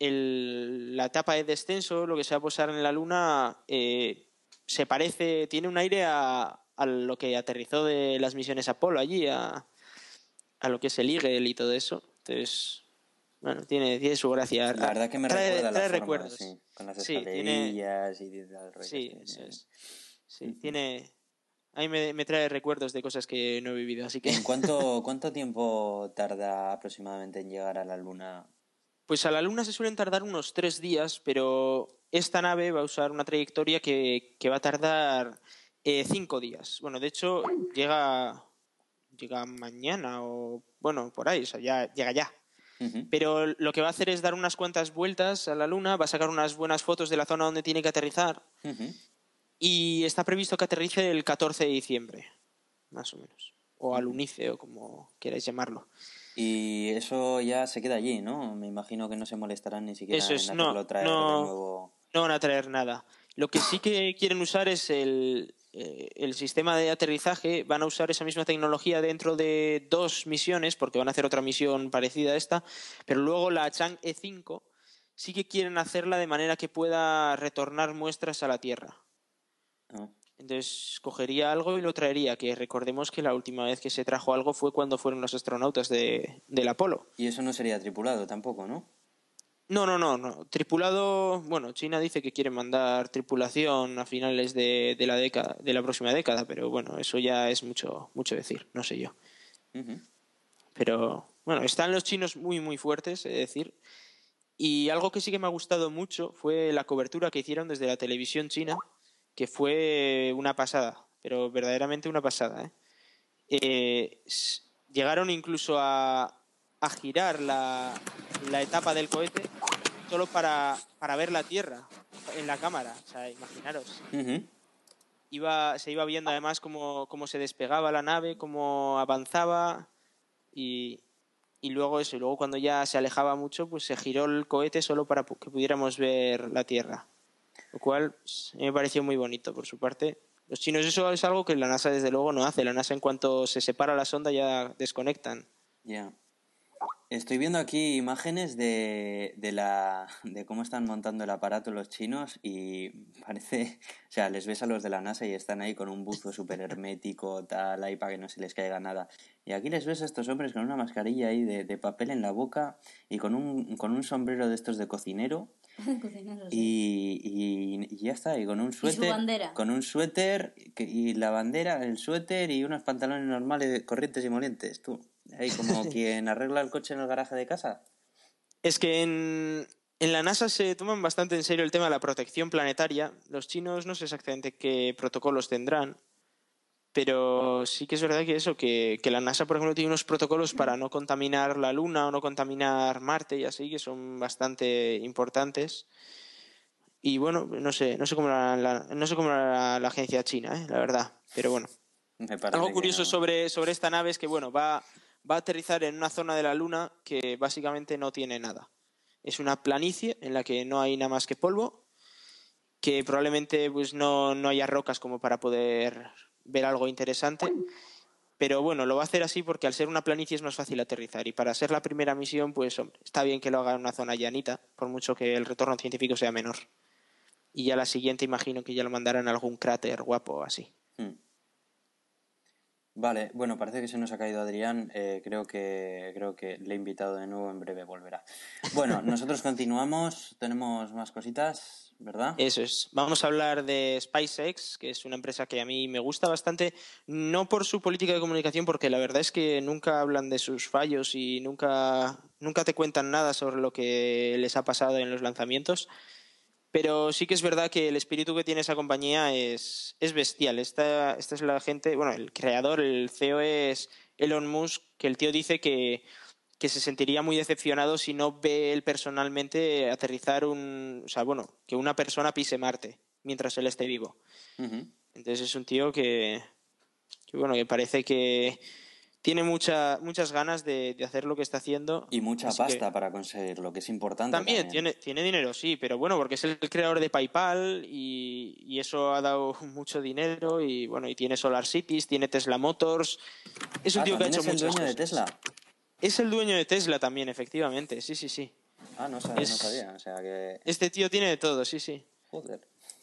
el- la etapa de descenso, lo que se va a posar en la Luna, eh, se parece, tiene un aire a, a lo que aterrizó de las misiones Apolo allí, a, a lo que es el Eagle y todo eso. Entonces, bueno, tiene, tiene su gracia. La verdad que me trae, recuerda la trae forma, recuerdos. sí, con las Sí, tiene, escalerillas y tal rollo sí, este. eso es. Sí, Ujú. tiene, a mí me, me trae recuerdos de cosas que no he vivido, así que... ¿En cuánto, cuánto tiempo tarda aproximadamente en llegar a la Luna? Pues a la Luna se suelen tardar unos tres días, pero esta nave va a usar una trayectoria que, que va a tardar eh, cinco días. Bueno, de hecho, llega, llega mañana o, bueno, por ahí, o sea, ya, llega ya. Ujú. Pero lo que va a hacer es dar unas cuantas vueltas a la Luna, va a sacar unas buenas fotos de la zona donde tiene que aterrizar Ujú. y está previsto que aterrice el catorce de diciembre, más o menos. O al Ujú. Unice, o como queráis llamarlo. Y eso ya se queda allí, ¿no? Me imagino que no se molestarán ni Eso siquiera en es, no, hacerlo traer de no, nuevo. no van a traer nada. Lo que sí que quieren usar es el, eh, el sistema de aterrizaje. Van a usar esa misma tecnología dentro de dos misiones, porque van a hacer otra misión parecida a esta, pero luego la Chang'e cinco sí que quieren hacerla de manera que pueda retornar muestras a la Tierra. ¿No? Entonces cogería algo y lo traería, que recordemos que la última vez que se trajo algo fue cuando fueron los astronautas de, del Apolo. Y eso no sería tripulado tampoco, ¿no? No, no, no, no. Tripulado, bueno, China dice que quiere mandar tripulación a finales de, de la década, de la próxima década, pero bueno, eso ya es mucho, mucho decir, no sé yo. Ujú. Pero bueno, están los chinos muy, muy fuertes, es decir. Y algo que sí que me ha gustado mucho fue la cobertura que hicieron desde la televisión china, que fue una pasada, pero verdaderamente una pasada, ¿eh? Eh, s- llegaron incluso a, a girar la, la etapa del cohete solo para, para ver la Tierra en la cámara, o sea, imaginaros. Ujú. iba, se iba viendo además cómo, cómo se despegaba la nave, cómo avanzaba y, y luego eso. Y luego cuando ya se alejaba mucho, pues se giró el cohete solo para que pudiéramos ver la Tierra. Lo cual pues, me pareció muy bonito por su parte. Los chinos eso es algo que la NASA desde luego no hace. La NASA en cuanto se separa la sonda ya desconectan. Ya. Yeah. Estoy viendo aquí imágenes de, de, la, de cómo están montando el aparato los chinos y parece... O sea, les ves a los de la NASA y están ahí con un buzo súper hermético, tal, ahí para que no se les caiga nada. Y aquí les ves a estos hombres con una mascarilla ahí de, de papel en la boca y con un, con un sombrero de estos de cocinero. Cocinero, sí. Y, y, y ya está, y con un suéter... ¿Y su bandera? Con un suéter y la bandera, el suéter y unos pantalones normales, corrientes y molientes, tú. Ahí como quien arregla el coche en el garaje de casa. Es que en, en la NASA se toman bastante en serio el tema de la protección planetaria. Los chinos no sé exactamente qué protocolos tendrán, pero sí que es verdad que eso, que, que la NASA, por ejemplo, tiene unos protocolos para no contaminar la Luna o no contaminar Marte y así, que son bastante importantes. Y bueno, no sé, no sé cómo la, la, no sé cómo la, la agencia china, ¿eh? La verdad, pero bueno. Me parece Algo curioso no. sobre, sobre esta nave es que bueno, va... va a aterrizar en una zona de la Luna que básicamente no tiene nada. Es una planicie en la que no hay nada más que polvo, que probablemente pues, no, no haya rocas como para poder ver algo interesante. Pero bueno, lo va a hacer así porque al ser una planicie es más fácil aterrizar. Y para ser la primera misión, pues hombre, está bien que lo haga en una zona llanita, por mucho que el retorno científico sea menor. Y ya la siguiente imagino que ya lo mandarán a algún cráter guapo o así. Hmm. Vale, bueno, parece que se nos ha caído Adrián. Eh, creo que creo que le he invitado de nuevo, en breve volverá. Bueno, nosotros continuamos, tenemos más cositas, ¿verdad? Eso es. Vamos a hablar de SpaceX, que es una empresa que a mí me gusta bastante, no por su política de comunicación, porque la verdad es que nunca hablan de sus fallos y nunca, nunca te cuentan nada sobre lo que les ha pasado en los lanzamientos. Pero sí que es verdad que el espíritu que tiene esa compañía es, es bestial. Esta, esta es la gente, bueno, el creador, el C E O es Elon Musk, que el tío dice que, que se sentiría muy decepcionado si no ve él personalmente aterrizar un... O sea, bueno, que una persona pise Marte mientras él esté vivo. Uh-huh. Entonces es un tío que, que bueno, que parece que tiene mucha, muchas ganas de, de hacer lo que está haciendo. Y mucha Así pasta que... para conseguirlo, que es importante También, también. Tiene, tiene dinero, sí, pero bueno, porque es el creador de PayPal y, y eso ha dado mucho dinero y bueno, y tiene Solar Cities, tiene Tesla Motors. Es un Ah, tío que ha ¿también hecho es el muchas dueño cosas. de Tesla? Es el dueño de Tesla también, efectivamente, sí, sí, sí. Ah, no sabía, Es- no sabía, o sea que... Este tío tiene de todo, sí, sí. Joder.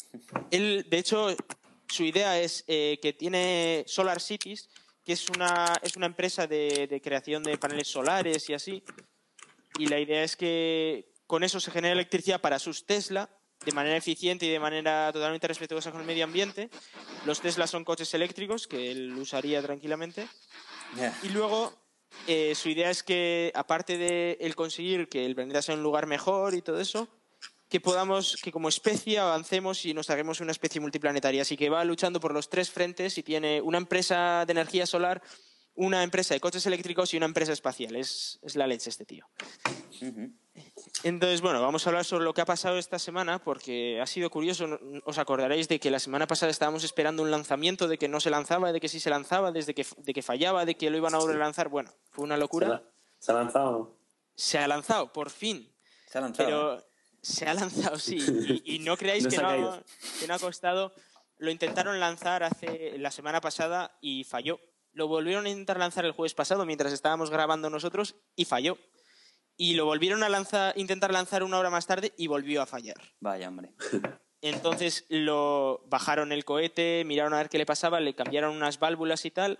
Él, de hecho, su idea es eh, que tiene Solar Cities, que es una, es una empresa de, de creación de paneles solares y así. Y la idea es que con eso se genera electricidad para sus Tesla de manera eficiente y de manera totalmente respetuosa con el medio ambiente. Los Tesla son coches eléctricos que él usaría tranquilamente. Yeah. Y luego eh, su idea es que, aparte de él conseguir que el planeta sea un lugar mejor y todo eso, que podamos, que como especie avancemos y nos hagamos una especie multiplanetaria. Así que va luchando por los tres frentes y tiene una empresa de energía solar, una empresa de coches eléctricos y una empresa espacial. Es, es la leche este tío. Uh-huh. Entonces, bueno, vamos a hablar sobre lo que ha pasado esta semana porque ha sido curioso. Os acordaréis de que la semana pasada estábamos esperando un lanzamiento, de que no se lanzaba, de que sí se lanzaba, desde que, de que fallaba, de que lo iban a volver a lanzar. Bueno, fue una ¿Se, locura. la- ¿Se ha lanzado? Se ha lanzado, por fin. Se ha lanzado. Pero ¿eh? se ha lanzado, sí. Y, y no creáis No que, se ha no caído. ha, que no ha costado. Lo intentaron lanzar hace la semana pasada y falló. Lo volvieron a intentar lanzar el jueves pasado mientras estábamos grabando nosotros y falló. Y lo volvieron a lanzar, intentar lanzar una hora más tarde y volvió a fallar. Vaya, hombre. Entonces lo bajaron el cohete, miraron a ver qué le pasaba, le cambiaron unas válvulas y tal.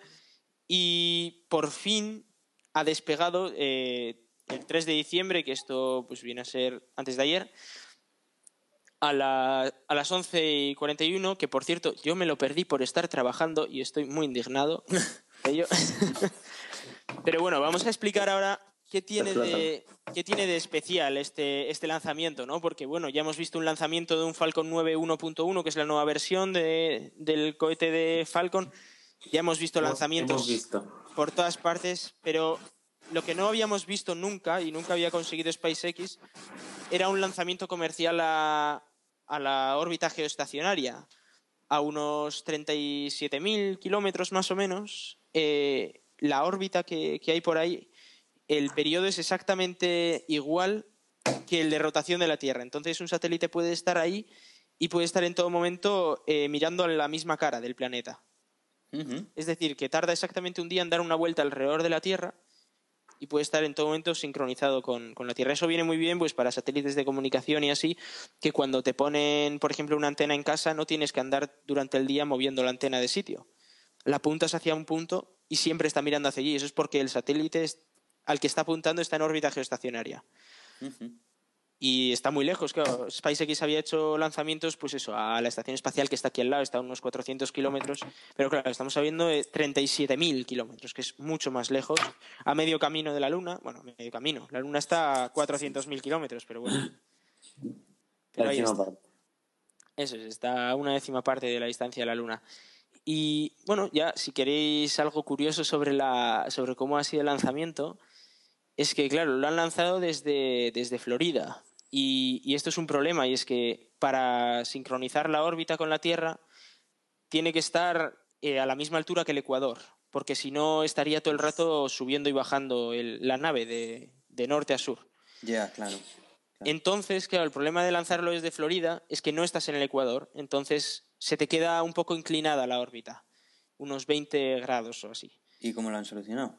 Y por fin ha despegado eh, el tres de diciembre, que esto pues viene a ser antes de ayer, a, la, a las once y cuarenta y uno, que por cierto yo me lo perdí por estar trabajando y estoy muy indignado de ello. Pero bueno, vamos a explicar ahora qué tiene de, qué tiene de especial este, este lanzamiento, ¿no? Porque bueno, ya hemos visto un lanzamiento de un Falcon nueve uno punto uno, que es la nueva versión de, del cohete de Falcon. Ya hemos visto Hemos- lanzamientos hemos visto. por todas partes, pero lo que no habíamos visto nunca y nunca había conseguido SpaceX era un lanzamiento comercial a, a la órbita geoestacionaria. a unos treinta y siete mil kilómetros más o menos, eh, la órbita que, que hay por ahí, el periodo es exactamente igual que el de rotación de la Tierra. Entonces un satélite puede estar ahí y puede estar en todo momento eh, mirando a la misma cara del planeta. Uh-huh. Es decir, que tarda exactamente un día en dar una vuelta alrededor de la Tierra y puede estar en todo momento sincronizado con, con la Tierra. Eso viene muy bien pues, para satélites de comunicación y así, que cuando te ponen, por ejemplo, una antena en casa no tienes que andar durante el día moviendo la antena de sitio. La apuntas hacia un punto y siempre está mirando hacia allí. Eso es porque el satélite al que está apuntando está en órbita geoestacionaria. Uh-huh. Y está muy lejos, claro. SpaceX había hecho lanzamientos, pues eso, a la estación espacial que está aquí al lado, está a unos cuatrocientos kilómetros, pero claro, estamos hablando de treinta y siete mil kilómetros, que es mucho más lejos, a medio camino de la Luna. Bueno, medio camino, la Luna está a cuatrocientos mil kilómetros, pero bueno. Pero ahí está. Eso es, está a una décima parte de la distancia de la Luna. Y bueno, ya si queréis algo curioso sobre, la, sobre cómo ha sido el lanzamiento, es que claro, lo han lanzado desde, desde Florida. Y, y esto es un problema, y es que para sincronizar la órbita con la Tierra tiene que estar eh, a la misma altura que el Ecuador, porque si no estaría todo el rato subiendo y bajando el, la nave de, de norte a sur. Ya, yeah, claro, claro. Entonces, claro, el problema de lanzarlo desde Florida es que no estás en el Ecuador, entonces se te queda un poco inclinada la órbita, unos veinte grados o así. ¿Y cómo lo han solucionado?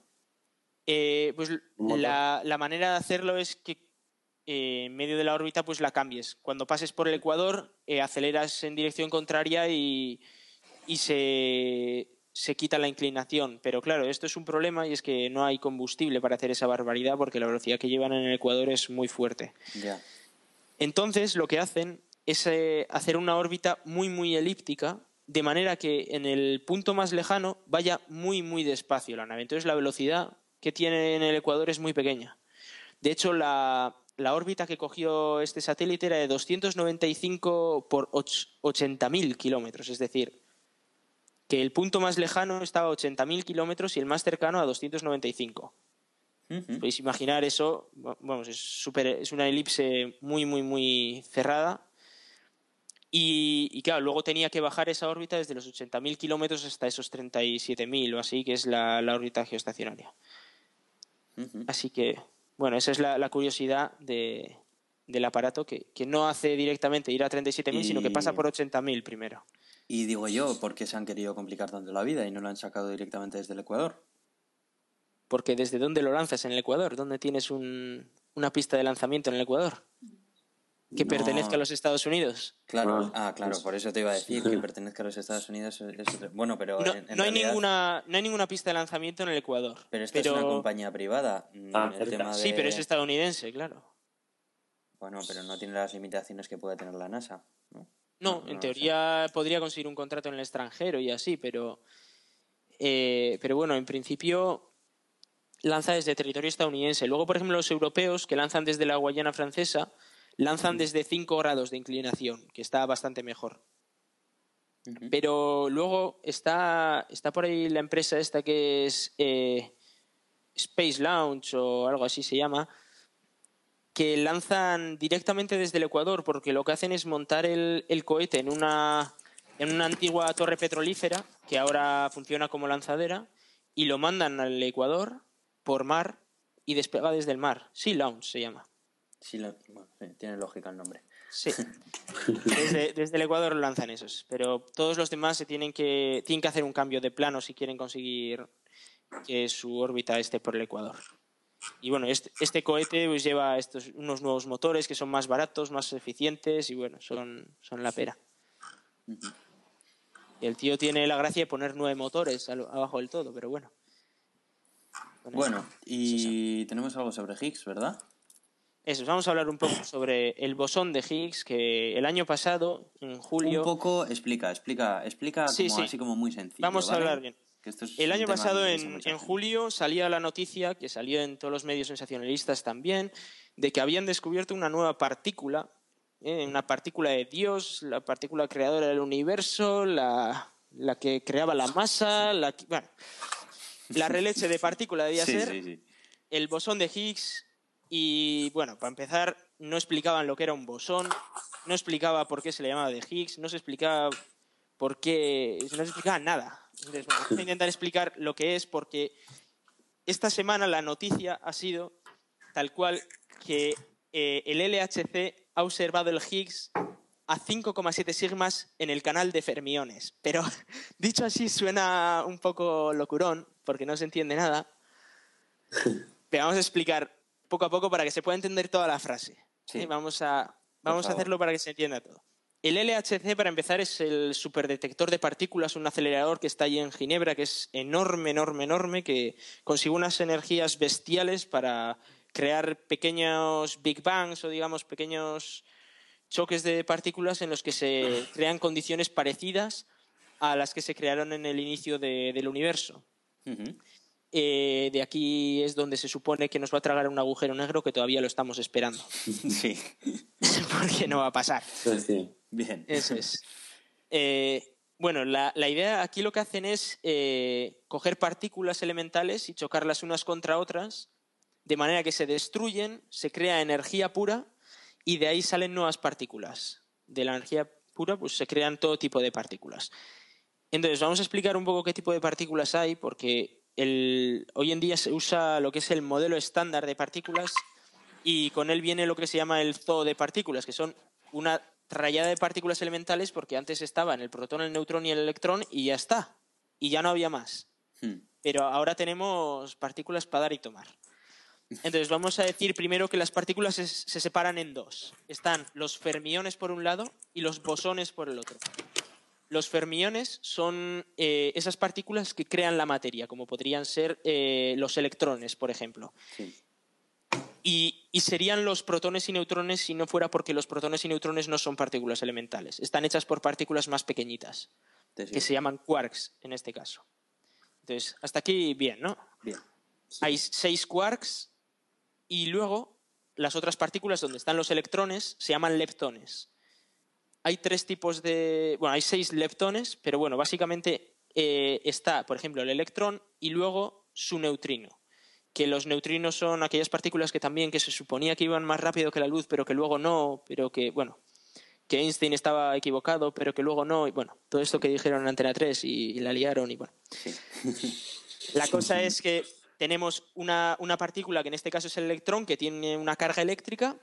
Eh, pues la, la manera de hacerlo es que Eh, en medio de la órbita pues la cambies. Cuando pases por el Ecuador eh, aceleras en dirección contraria y, y se, se quita la inclinación. Pero claro, esto es un problema y es que no hay combustible para hacer esa barbaridad porque la velocidad que llevan en el Ecuador es muy fuerte. Yeah. Entonces lo que hacen es eh, hacer una órbita muy muy elíptica de manera que en el punto más lejano vaya muy muy despacio la nave. Entonces la velocidad que tiene en el Ecuador es muy pequeña. De hecho, la, la órbita que cogió este satélite era de doscientos noventa y cinco por ochenta mil kilómetros, es decir, que el punto más lejano estaba a ochenta mil kilómetros y el más cercano a doscientos noventa y cinco. Uh-huh. Podéis imaginar eso, vamos, es, super, es una elipse muy, muy, muy cerrada. Y, y claro, luego tenía que bajar esa órbita desde los ochenta mil kilómetros hasta esos treinta y siete mil o así, que es la, la órbita geoestacionaria. Uh-huh. Así que... Bueno, esa es la, la curiosidad de, del aparato, que, que no hace directamente ir a treinta y siete mil, y... sino que pasa por ochenta mil primero. Y digo yo, ¿por qué se han querido complicar tanto la vida y no lo han sacado directamente desde el Ecuador? Porque ¿desde dónde lo lanzas? En el Ecuador. ¿Dónde tienes un, una pista de lanzamiento en el Ecuador? ¿Que no... pertenezca a los Estados Unidos? Claro, ah, claro, por eso te iba a decir que pertenezca a los Estados Unidos. Es... Bueno, pero no, en, en no, hay realidad... ninguna, no hay ninguna pista de lanzamiento en el Ecuador. Pero esta pero... es una compañía privada. Ah, el tema de... Sí, pero es estadounidense, claro. Bueno, pero no tiene las limitaciones que puede tener la NASA, ¿no? No, no en no teoría podría conseguir un contrato en el extranjero y así, pero... Eh, pero bueno, en principio lanza desde territorio estadounidense. Luego, por ejemplo, los europeos que lanzan desde la Guayana Francesa lanzan desde cinco grados de inclinación, que está bastante mejor. Uh-huh. Pero luego está, está por ahí la empresa esta que es eh, Space Launch o algo así se llama, que lanzan directamente desde el Ecuador, porque lo que hacen es montar el, el cohete en una, en una antigua torre petrolífera que ahora funciona como lanzadera y lo mandan al Ecuador por mar y despega desde el mar. Sea Launch se llama. Sí, lo, bueno, sí, tiene lógica el nombre. Sí. Desde, desde el Ecuador lanzan esos, pero todos los demás se tienen que, tienen que hacer un cambio de plano si quieren conseguir que su órbita esté por el Ecuador. Y bueno, este, este cohete pues lleva estos, unos nuevos motores que son más baratos, más eficientes y bueno, son, son la pera. Uh-huh. El tío tiene la gracia de poner nueve motores al, abajo del todo, pero bueno. Bueno, bueno y tenemos algo sobre Higgs, ¿verdad? Eso, vamos a hablar un poco sobre el bosón de Higgs, que el año pasado, en julio... Un poco, explica, explica, explica sí, como, sí. así como muy sencillo. Vamos ¿vale? a hablar bien. Que esto es el año pasado, en, en julio, salía la noticia, que salió en todos los medios sensacionalistas también, de que habían descubierto una nueva partícula, ¿eh? una partícula de Dios, la partícula creadora del universo, la, la que creaba la masa, la, bueno, la releche de partícula debía sí, ser, sí, sí. El bosón de Higgs. Y bueno, para empezar, no explicaban lo que era un bosón, no explicaba por qué se le llamaba de Higgs, no se explicaba porque no se explicaba nada. Entonces, bueno, voy a intentar explicar lo que es, porque esta semana la noticia ha sido tal cual que eh, el L H C ha observado el Higgs a cinco coma siete sigmas en el canal de fermiones. Pero dicho así suena un poco locurón, porque no se entiende nada. Pero vamos a explicar poco a poco para que se pueda entender toda la frase. Sí. ¿Eh? Vamos a, vamos a hacerlo para que se entienda todo. El L H C, para empezar, es el superdetector de partículas, un acelerador que está allí en Ginebra, que es enorme, enorme, enorme, que consigue unas energías bestiales para crear pequeños Big Bangs o, digamos, pequeños choques de partículas en los que se crean condiciones parecidas a las que se crearon en el inicio de, del universo. Uh-huh. Eh, de aquí es donde se supone que nos va a tragar un agujero negro, que todavía lo estamos esperando. Sí. Porque no va a pasar. Pues sí. Bien. Eso es. Eh, bueno, la, la idea aquí lo que hacen es eh, coger partículas elementales y chocarlas unas contra otras, de manera que se destruyen, se crea energía pura y de ahí salen nuevas partículas. De la energía pura pues se crean todo tipo de partículas. Entonces, vamos a explicar un poco qué tipo de partículas hay, porque el, hoy en día se usa lo que es el modelo estándar de partículas y con él viene lo que se llama el zoo de partículas, que son una rayada de partículas elementales, porque antes estaban el protón, el neutrón y el electrón y ya está. Y ya no había más. Hmm. Pero ahora tenemos partículas para dar y tomar. Entonces vamos a decir primero que las partículas se, se separan en dos. Están los fermiones por un lado y los bosones por el otro. Los fermiones son eh, esas partículas que crean la materia, como podrían ser eh, los electrones, por ejemplo. Sí. Y, y serían los protones y neutrones si no fuera porque los protones y neutrones no son partículas elementales. Están hechas por partículas más pequeñitas, Te sigo. que se llaman quarks en este caso. Entonces, hasta aquí bien, ¿no? Bien. Hay seis quarks y luego las otras partículas donde están los electrones se llaman leptones. Hay tres tipos de... Bueno, hay seis leptones, pero bueno, básicamente eh, está, por ejemplo, el electrón y luego su neutrino. Que los neutrinos son aquellas partículas que también que se suponía que iban más rápido que la luz, pero que luego no, pero que, bueno, que Einstein estaba equivocado, pero que luego no, y bueno, todo esto que dijeron en Antena tres y, y la liaron y bueno. Sí. La cosa es que tenemos una, una partícula, que en este caso es el electrón, que tiene una carga eléctrica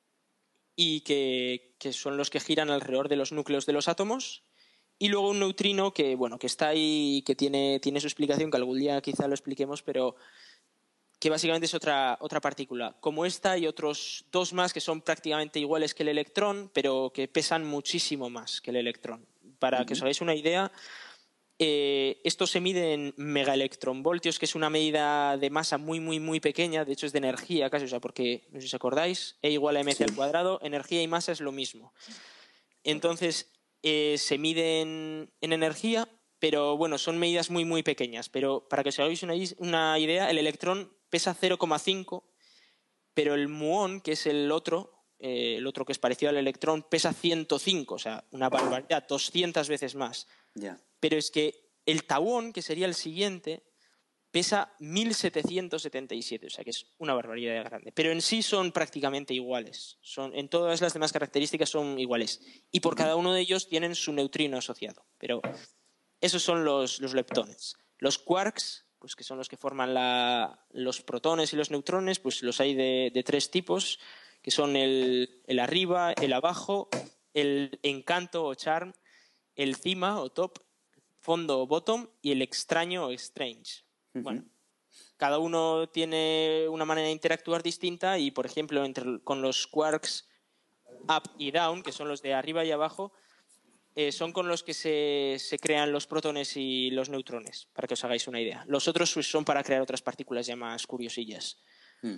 y que, que son los que giran alrededor de los núcleos de los átomos, y luego un neutrino que, bueno, que está ahí, que tiene, tiene su explicación, que algún día quizá lo expliquemos, pero que básicamente es otra, otra partícula. Como esta hay otros dos más que son prácticamente iguales que el electrón, pero que pesan muchísimo más que el electrón. Para uh-huh. que os hagáis una idea, eh, esto se mide en megaelectronvoltios, que es una medida de masa muy, muy, muy pequeña, de hecho es de energía casi, o sea, porque, no sé si os acordáis, E igual a mc sí. al cuadrado, energía y masa es lo mismo. Entonces, eh, se mide en, en energía, pero bueno, son medidas muy, muy pequeñas. Pero para que os hagáis una, una idea, el electrón pesa cero coma cinco, pero el muón, que es el otro, eh, el otro que es parecido al electrón, pesa ciento cinco, o sea, una barbaridad, doscientas veces más. Yeah. Pero es que el tauón, que sería el siguiente, pesa mil setecientos setenta y siete, o sea que es una barbaridad grande. Pero en sí son prácticamente iguales. Son, en todas las demás características son iguales. Y por cada uno de ellos tienen su neutrino asociado. Pero esos son los, los leptones. Los quarks, pues que son los que forman la, los protones y los neutrones, pues los hay de, de tres tipos, que son el, el arriba, el abajo, el encanto o charm, el cima o top, fondo o bottom y el extraño o strange. Uh-huh. Bueno, cada uno tiene una manera de interactuar distinta y, por ejemplo, entre, con los quarks up y down, que son los de arriba y abajo, eh, son con los que se, se crean los protones y los neutrones, para que os hagáis una idea. Los otros pues, son para crear otras partículas ya más curiosillas. Hmm.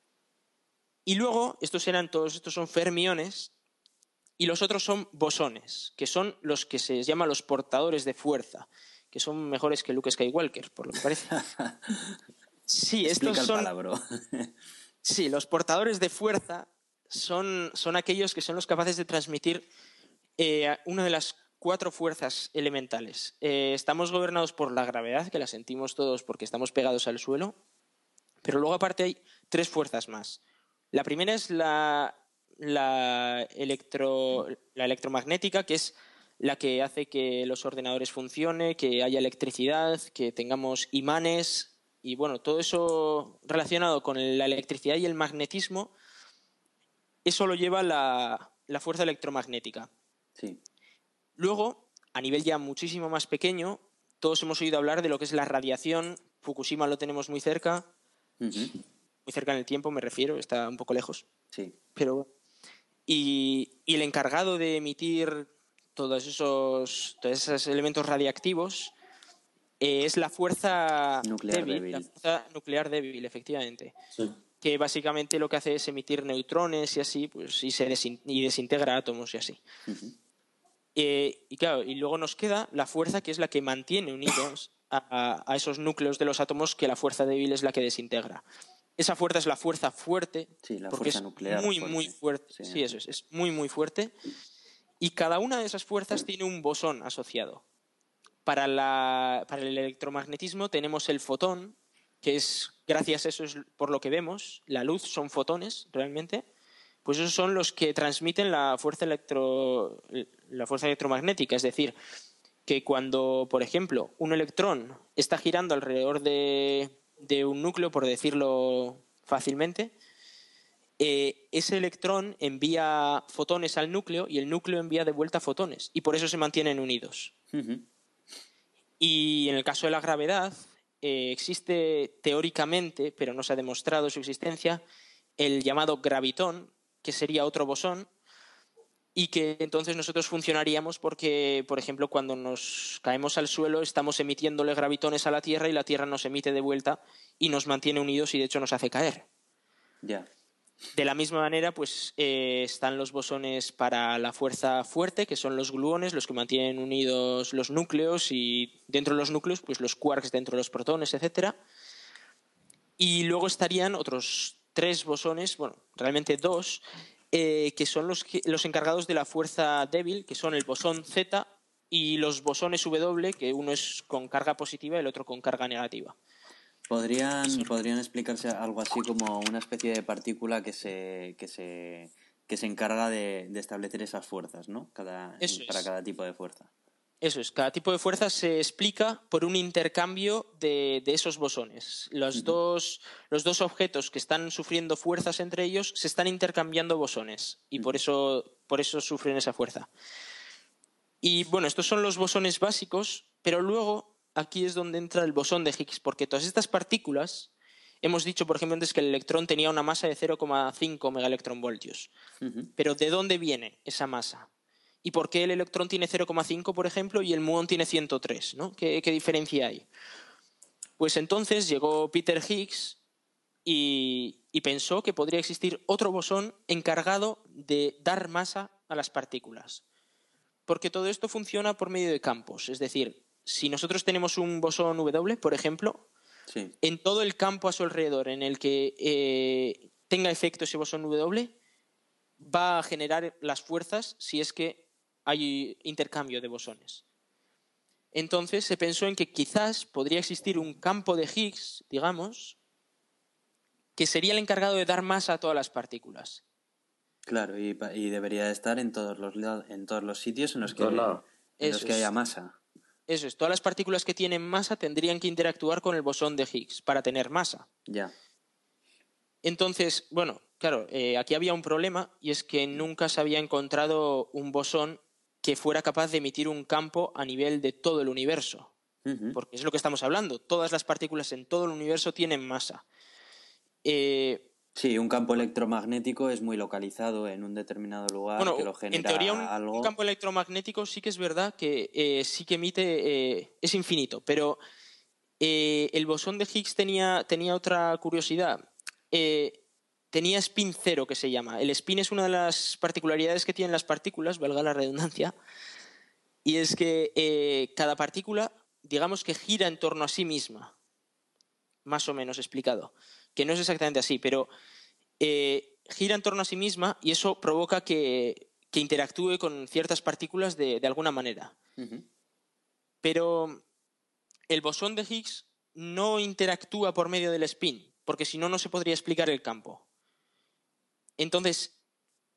Y luego, estos eran todos, estos son fermiones, y los otros son bosones, que son los que se llaman los portadores de fuerza, que son mejores que Luke Skywalker, por lo que parece. Sí, estos son... palabra. Sí, los portadores de fuerza son, son aquellos que son los capaces de transmitir eh, una de las cuatro fuerzas elementales. Eh, estamos gobernados por la gravedad, que la sentimos todos porque estamos pegados al suelo, pero luego aparte hay tres fuerzas más. La primera es la, la, electro, la electromagnética, que es la que hace que los ordenadores funcionen, que haya electricidad, que tengamos imanes y bueno, todo eso relacionado con la electricidad y el magnetismo, eso lo lleva la, la fuerza electromagnética. Sí. Luego, a nivel ya muchísimo más pequeño, todos hemos oído hablar de lo que es la radiación. Fukushima lo tenemos muy cerca, Uh-huh. muy cerca en el tiempo me refiero, está un poco lejos. Sí. Pero y, y el encargado de emitir todos esos, todos esos elementos radiactivos eh, es la fuerza Nuclear débil, débil. la fuerza nuclear débil, efectivamente. Sí. Que básicamente lo que hace es emitir neutrones y así, pues, y, se desin- y desintegra átomos y así. Uh-huh. Eh, y claro, y luego nos queda la fuerza que es la que mantiene unidos a, a esos núcleos de los átomos, que la fuerza débil es la que desintegra. Esa fuerza es la fuerza fuerte, Sí, la porque fuerza es nuclear muy, fuerte. muy fuerte. Sí. Sí, eso es, es muy, muy fuerte. Y cada una de esas fuerzas tiene un bosón asociado. Para, la, para el electromagnetismo tenemos el fotón, que es, gracias a eso es por lo que vemos, la luz son fotones realmente, pues esos son los que transmiten la fuerza, electro, la fuerza electromagnética. Es decir, que cuando, por ejemplo, un electrón está girando alrededor de, de un núcleo, por decirlo fácilmente, eh, ese electrón envía fotones al núcleo y el núcleo envía de vuelta fotones, y por eso se mantienen unidos. Uh-huh. Y en el caso de la gravedad, eh, existe teóricamente, pero no se ha demostrado su existencia, el llamado gravitón, que sería otro bosón, y que entonces nosotros funcionaríamos porque, por ejemplo, cuando nos caemos al suelo estamos emitiéndole gravitones a la Tierra y la Tierra nos emite de vuelta y nos mantiene unidos y de hecho nos hace caer. Ya. De la misma manera, pues eh, están los bosones para la fuerza fuerte, que son los gluones, los que mantienen unidos los núcleos, y dentro de los núcleos, pues los quarks dentro de los protones, etcétera. Y luego estarían otros tres bosones, bueno, realmente dos, eh, que son los, que, los encargados de la fuerza débil, que son el bosón Z y los bosones W, que uno es con carga positiva y el otro con carga negativa. ¿Podrían, podrían explicarse algo así como una especie de partícula que se, que se, que se encarga de, de establecer esas fuerzas, ¿no? Cada, Eso para es. cada tipo de fuerza. Eso es, cada tipo de fuerza se explica por un intercambio de, de esos bosones. Los, uh-huh. dos, los dos objetos que están sufriendo fuerzas entre ellos se están intercambiando bosones y uh-huh. por, eso, por eso sufren esa fuerza. Y bueno, estos son los bosones básicos, pero luego aquí es donde entra el bosón de Higgs, porque todas estas partículas, hemos dicho por ejemplo antes que el electrón tenía una masa de cero coma cinco megaelectronvoltios, uh-huh. pero ¿de dónde viene esa masa? ¿Y por qué el electrón tiene cero coma cinco, por ejemplo, y el muón tiene ciento tres? ¿No? ¿Qué, qué diferencia hay? Pues entonces llegó Peter Higgs y, y pensó que podría existir otro bosón encargado de dar masa a las partículas. Porque todo esto funciona por medio de campos. Es decir, si nosotros tenemos un bosón W, por ejemplo, sí. en todo el campo a su alrededor en el que eh, tenga efecto ese bosón W, va a generar las fuerzas si es que hay intercambio de bosones. Entonces se pensó en que quizás podría existir un campo de Higgs, digamos, que sería el encargado de dar masa a todas las partículas. Claro, y, y debería estar en todos los, en todos los sitios en los que, en en los que haya masa. Eso es, todas las partículas que tienen masa tendrían que interactuar con el bosón de Higgs para tener masa. Ya. Entonces, bueno, claro, eh, aquí había un problema y es que nunca se había encontrado un bosón que fuera capaz de emitir un campo a nivel de todo el universo. Uh-huh. Porque es lo que estamos hablando. Todas las partículas en todo el universo tienen masa. Eh, sí, un campo electromagnético es muy localizado en un determinado lugar bueno, que lo genera en teoría un, algo. un campo electromagnético sí que es verdad que eh, sí que emite, eh, es infinito, pero eh, el bosón de Higgs tenía, tenía otra curiosidad. Eh, tenía spin cero, que se llama. El spin es una de las particularidades que tienen las partículas, valga la redundancia, y es que eh, cada partícula, digamos que gira en torno a sí misma, más o menos explicado, que no es exactamente así, pero eh, gira en torno a sí misma y eso provoca que, que interactúe con ciertas partículas de, de alguna manera. Uh-huh. Pero el bosón de Higgs no interactúa por medio del spin, porque si no, no se podría explicar el campo. Entonces,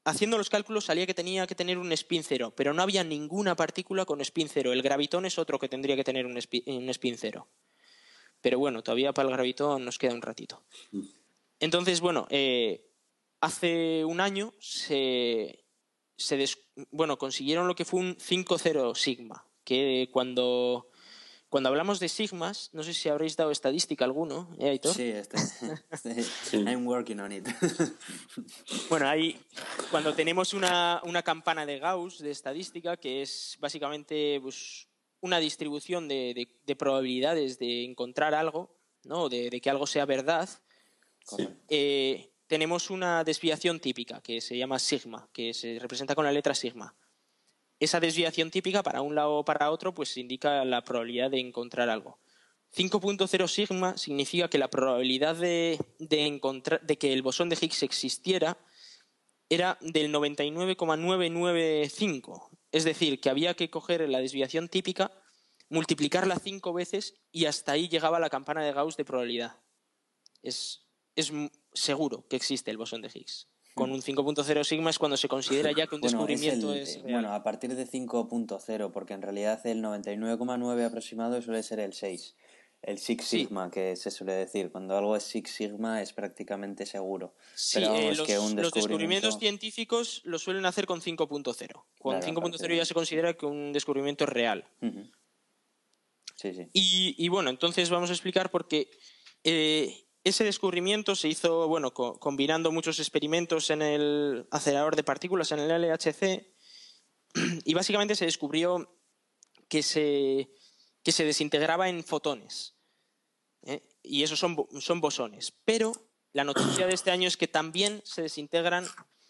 haciendo los cálculos salía que tenía que tener un spin cero, pero no había ninguna partícula con spin cero. El gravitón es otro que tendría que tener un spin, un spin cero. Pero bueno, todavía para el gravitón nos queda un ratito. Entonces, bueno, eh, hace un año se, se des, bueno, consiguieron lo que fue un cinco cero sigma, que cuando, cuando hablamos de sigmas, no sé si habréis dado estadística alguno, ¿eh, Aitor? Sí, estoy, estoy, sí. I'm working on it. Bueno, hay, cuando tenemos una, una campana de Gauss de estadística, que es básicamente pues, una distribución de, de, de probabilidades de encontrar algo, ¿no? de, de que algo sea verdad, Sí. eh, tenemos una desviación típica que se llama sigma, que se representa con la letra sigma. Esa desviación típica para un lado o para otro pues indica la probabilidad de encontrar algo. cinco punto cero sigma significa que la probabilidad de, de, encontrar, de que el bosón de Higgs existiera era del noventa y nueve coma novecientos noventa y cinco. Es decir, que había que coger la desviación típica, multiplicarla cinco veces y hasta ahí llegaba la campana de Gauss de probabilidad. Es, es seguro que existe el bosón de Higgs. Con un cinco punto cero sigma es cuando se considera ya que un bueno, descubrimiento es, el, es real. Bueno, a partir de cinco punto cero, porque en realidad el noventa y nueve coma nueve aproximado suele ser el seis. El Six Sigma, sí. Que se suele decir. Cuando algo es Six Sigma es prácticamente seguro. Sí, Pero vamos, eh, los, que un descubrimiento... los descubrimientos científicos lo suelen hacer con cinco punto cero. Con claro, cinco punto cero ya se considera que un descubrimiento es real. Uh-huh. Sí, sí. Y, y bueno, entonces vamos a explicar por qué... Eh, ese descubrimiento se hizo, bueno, co combinando muchos experimentos en el acelerador de partículas, en el L H C, y básicamente se descubrió que se, que se desintegraba en fotones. ¿eh? Y esos son, son bosones. Pero la noticia de este año es que también se desintegran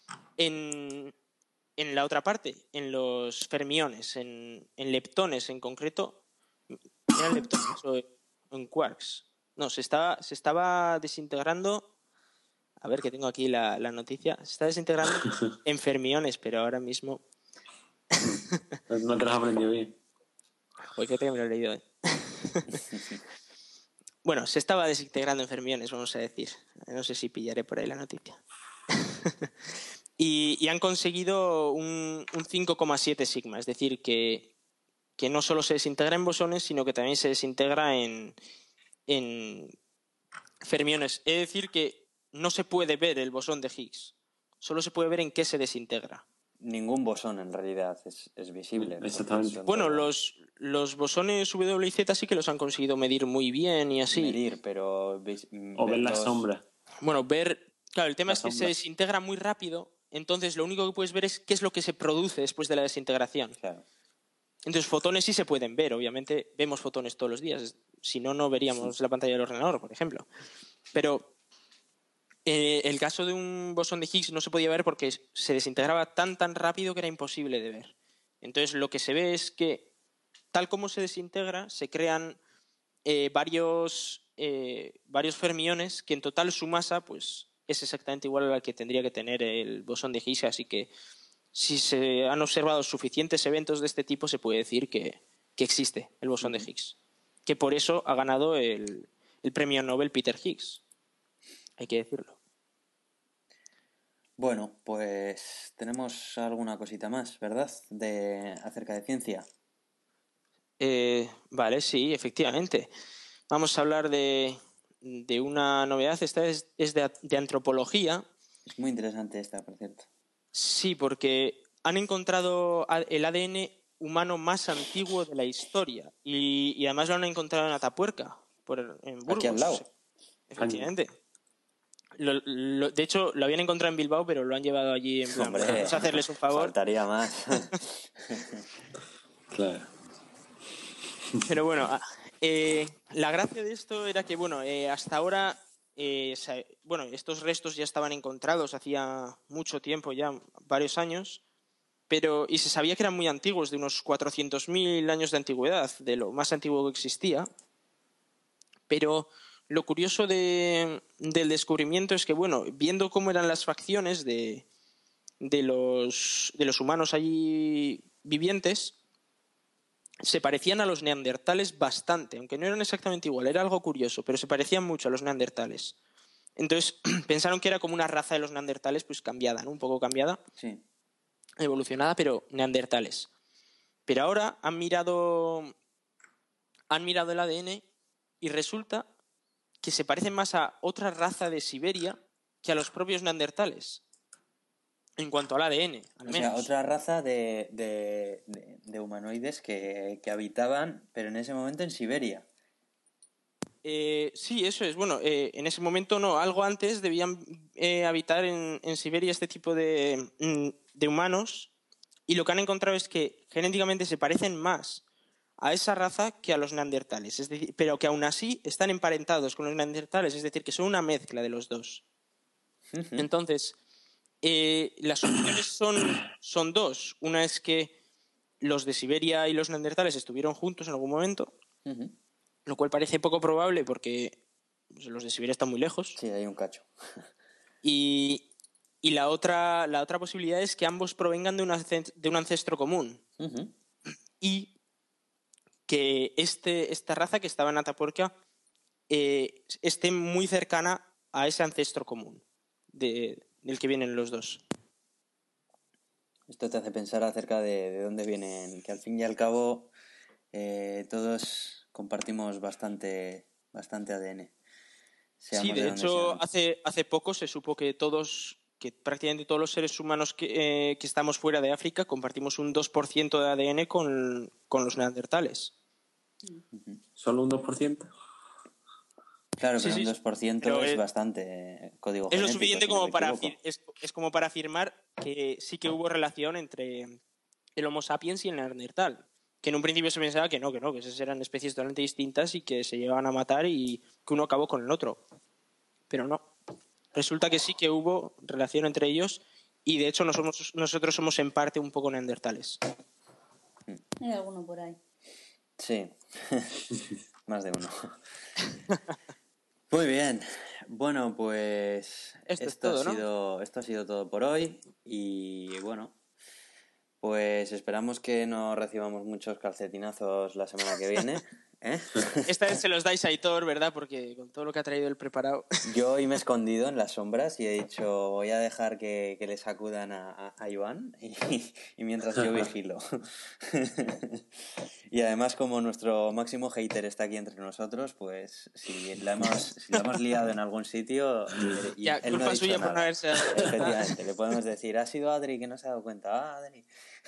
en, en la otra parte, en los fermiones, en, en leptones en concreto. ¿Eran leptones o en quarks? No, se estaba, se estaba desintegrando... A ver, que tengo aquí la, la noticia. Se está desintegrando en fermiones, pero ahora mismo... No te lo has aprendido bien. Joder, fíjate que me lo he leído. ¿eh? Bueno, se estaba desintegrando en fermiones, vamos a decir. No sé si pillaré por ahí la noticia. y, y han conseguido un, un cinco coma siete sigma, es decir, que, que no solo se desintegra en bosones, sino que también se desintegra en... en fermiones. Es decir, que no se puede ver el bosón de Higgs. Solo se puede ver en qué se desintegra. Ningún bosón, en realidad, es, es visible. Exactamente. Bueno, los, los bosones W y Z sí que los han conseguido medir muy bien y así. Medir, pero... O ver la sombra. Bueno, ver... Claro, el tema la es que sombra. se desintegra muy rápido, entonces lo único que puedes ver es qué es lo que se produce después de la desintegración. Claro. Entonces, fotones sí se pueden ver, obviamente vemos fotones todos los días. Si no, no veríamos sí. la pantalla del ordenador, por ejemplo. Pero eh, el caso de un bosón de Higgs no se podía ver porque se desintegraba tan, tan rápido que era imposible de ver. Entonces, lo que se ve es que, tal como se desintegra, se crean eh, varios, eh, varios fermiones que en total su masa pues, es exactamente igual a la que tendría que tener el bosón de Higgs, así que si se han observado suficientes eventos de este tipo, se puede decir que, que existe el bosón de Higgs. Que por eso ha ganado el, el premio Nobel Peter Higgs. Hay que decirlo. Bueno, pues tenemos alguna cosita más, ¿verdad? De, acerca de ciencia. Eh, vale, sí, efectivamente. Vamos a hablar de, de una novedad. Esta es, es de, de antropología. Es muy interesante esta, por cierto. Sí, porque han encontrado el A D N humano más antiguo de la historia y, y además lo han encontrado en Atapuerca, por, en Burgos. Aquí al lado. Efectivamente. Lo, lo, de hecho, lo habían encontrado en Bilbao, pero lo han llevado allí en plan, Hombre, vamos a hacerles un favor. Faltaría más. Claro. Pero bueno, eh, la gracia de esto era que, bueno, eh, hasta ahora... Eh, bueno, estos restos ya estaban encontrados hacía mucho tiempo, ya varios años, pero y se sabía que eran muy antiguos, de unos cuatrocientos mil años de antigüedad, de lo más antiguo que existía. Pero lo curioso de, del descubrimiento es que, bueno, viendo cómo eran las facciones de, de, los, de los humanos allí vivientes, se parecían a los neandertales bastante, aunque no eran exactamente igual, era algo curioso, pero se parecían mucho a los neandertales. Entonces pensaron que era como una raza de los neandertales, pues cambiada, ¿no? Un poco cambiada, Sí. evolucionada, pero neandertales. Pero ahora han mirado, han mirado el A D N y resulta que se parecen más a otra raza de Siberia que a los propios neandertales. En cuanto al A D N, al O menos. sea, otra raza de, de, de, de humanoides que, que habitaban, pero en ese momento en Siberia. Eh, sí, eso es. Bueno, eh, en ese momento no. Algo antes debían eh, habitar en, en Siberia este tipo de, de humanos, y lo que han encontrado es que genéticamente se parecen más a esa raza que a los neandertales. Es decir, pero que aún así están emparentados con los neandertales, es decir, que son una mezcla de los dos. Uh-huh. Entonces, eh, las opciones son, son dos. Una es que los de Siberia y los neandertales estuvieron juntos en algún momento, Uh-huh. lo cual parece poco probable porque pues, los de Siberia están muy lejos. Sí, hay un cacho. Y, y la, otra, la otra posibilidad es que ambos provengan de un, de un ancestro común. Uh-huh. Y que este, esta raza que estaba en Atapuerca eh, esté muy cercana a ese ancestro común de, del que vienen los dos. Esto te hace pensar acerca de, de dónde vienen, que al fin y al cabo eh, todos compartimos bastante, bastante A D N. Sí, de, de hecho, hace, hace poco se supo que todos, que prácticamente todos los seres humanos que, eh, que estamos fuera de África compartimos un dos por ciento de A D N con, con los neandertales. Uh-huh. ¿Solo un dos por ciento? Claro, pero sí, sí, un dos por ciento pero es, es bastante código es genético. Lo suficiente si como no para es, es como para afirmar que sí que hubo relación entre el Homo sapiens y el neandertal. Que en un principio se pensaba que no, que no, que esas eran especies totalmente distintas y que se llevaban a matar y que uno acabó con el otro. Pero no. Resulta que sí que hubo relación entre ellos y de hecho nosotros, nosotros somos en parte un poco neandertales. Hay alguno por ahí. Sí, más de uno. Muy bien. Bueno, pues esto, esto, es todo, ha ¿no? sido, esto ha sido todo por hoy y bueno, pues esperamos que no recibamos muchos calcetinazos la semana que viene. ¿Eh? Esta vez se los dais a Aitor, ¿verdad? Porque con todo lo que ha traído el preparado. Yo hoy me he escondido en las sombras y he dicho voy a dejar que, que le sacudan a, a, a Iván y, y mientras yo vigilo. Y además como nuestro máximo hater está aquí entre nosotros, pues si la hemos, si lo hemos liado en algún sitio y ya, él culpa no ha dicho suya nada. por no haberse dado cuenta. Efectivamente, le podemos decir ha sido Adri que no se ha dado cuenta. Ah, Adri.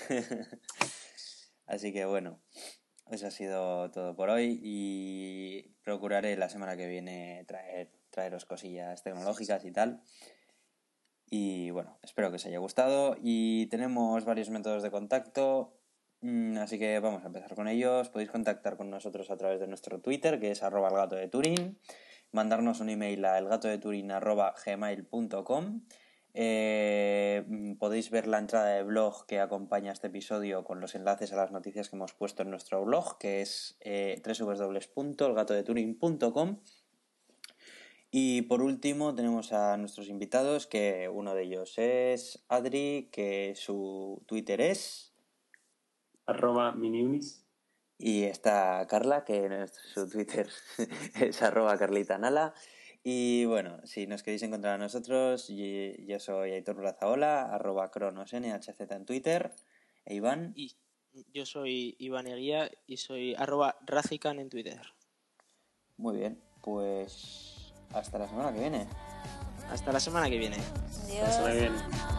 Así que bueno, eso ha sido todo por hoy y procuraré la semana que viene traer, traeros cosillas tecnológicas y tal. Y bueno, espero que os haya gustado y tenemos varios métodos de contacto, así que vamos a empezar con ellos. Podéis contactar con nosotros a través de nuestro Twitter, que es arroba elgato de Turín, mandarnos un email a elgatodeturin arroba gmail punto com. Eh, podéis ver la entrada de blog que acompaña este episodio con los enlaces a las noticias que hemos puesto en nuestro blog, que es eh, doble u doble u doble u punto elgatodeturin punto com. Y por último tenemos a nuestros invitados, que uno de ellos es Adri, que su Twitter es arroba miniunis. Y está Carla, que su Twitter es arroba carlitanala. Y bueno, si nos queréis encontrar a nosotros, yo soy Aitor Brazaola, arroba cronosnhz en Twitter, e Iván. Y yo soy Iván Eguía y soy arroba razican en Twitter. Muy bien, pues hasta la semana que viene. Hasta la semana que viene. Adiós. Hasta la semana que viene.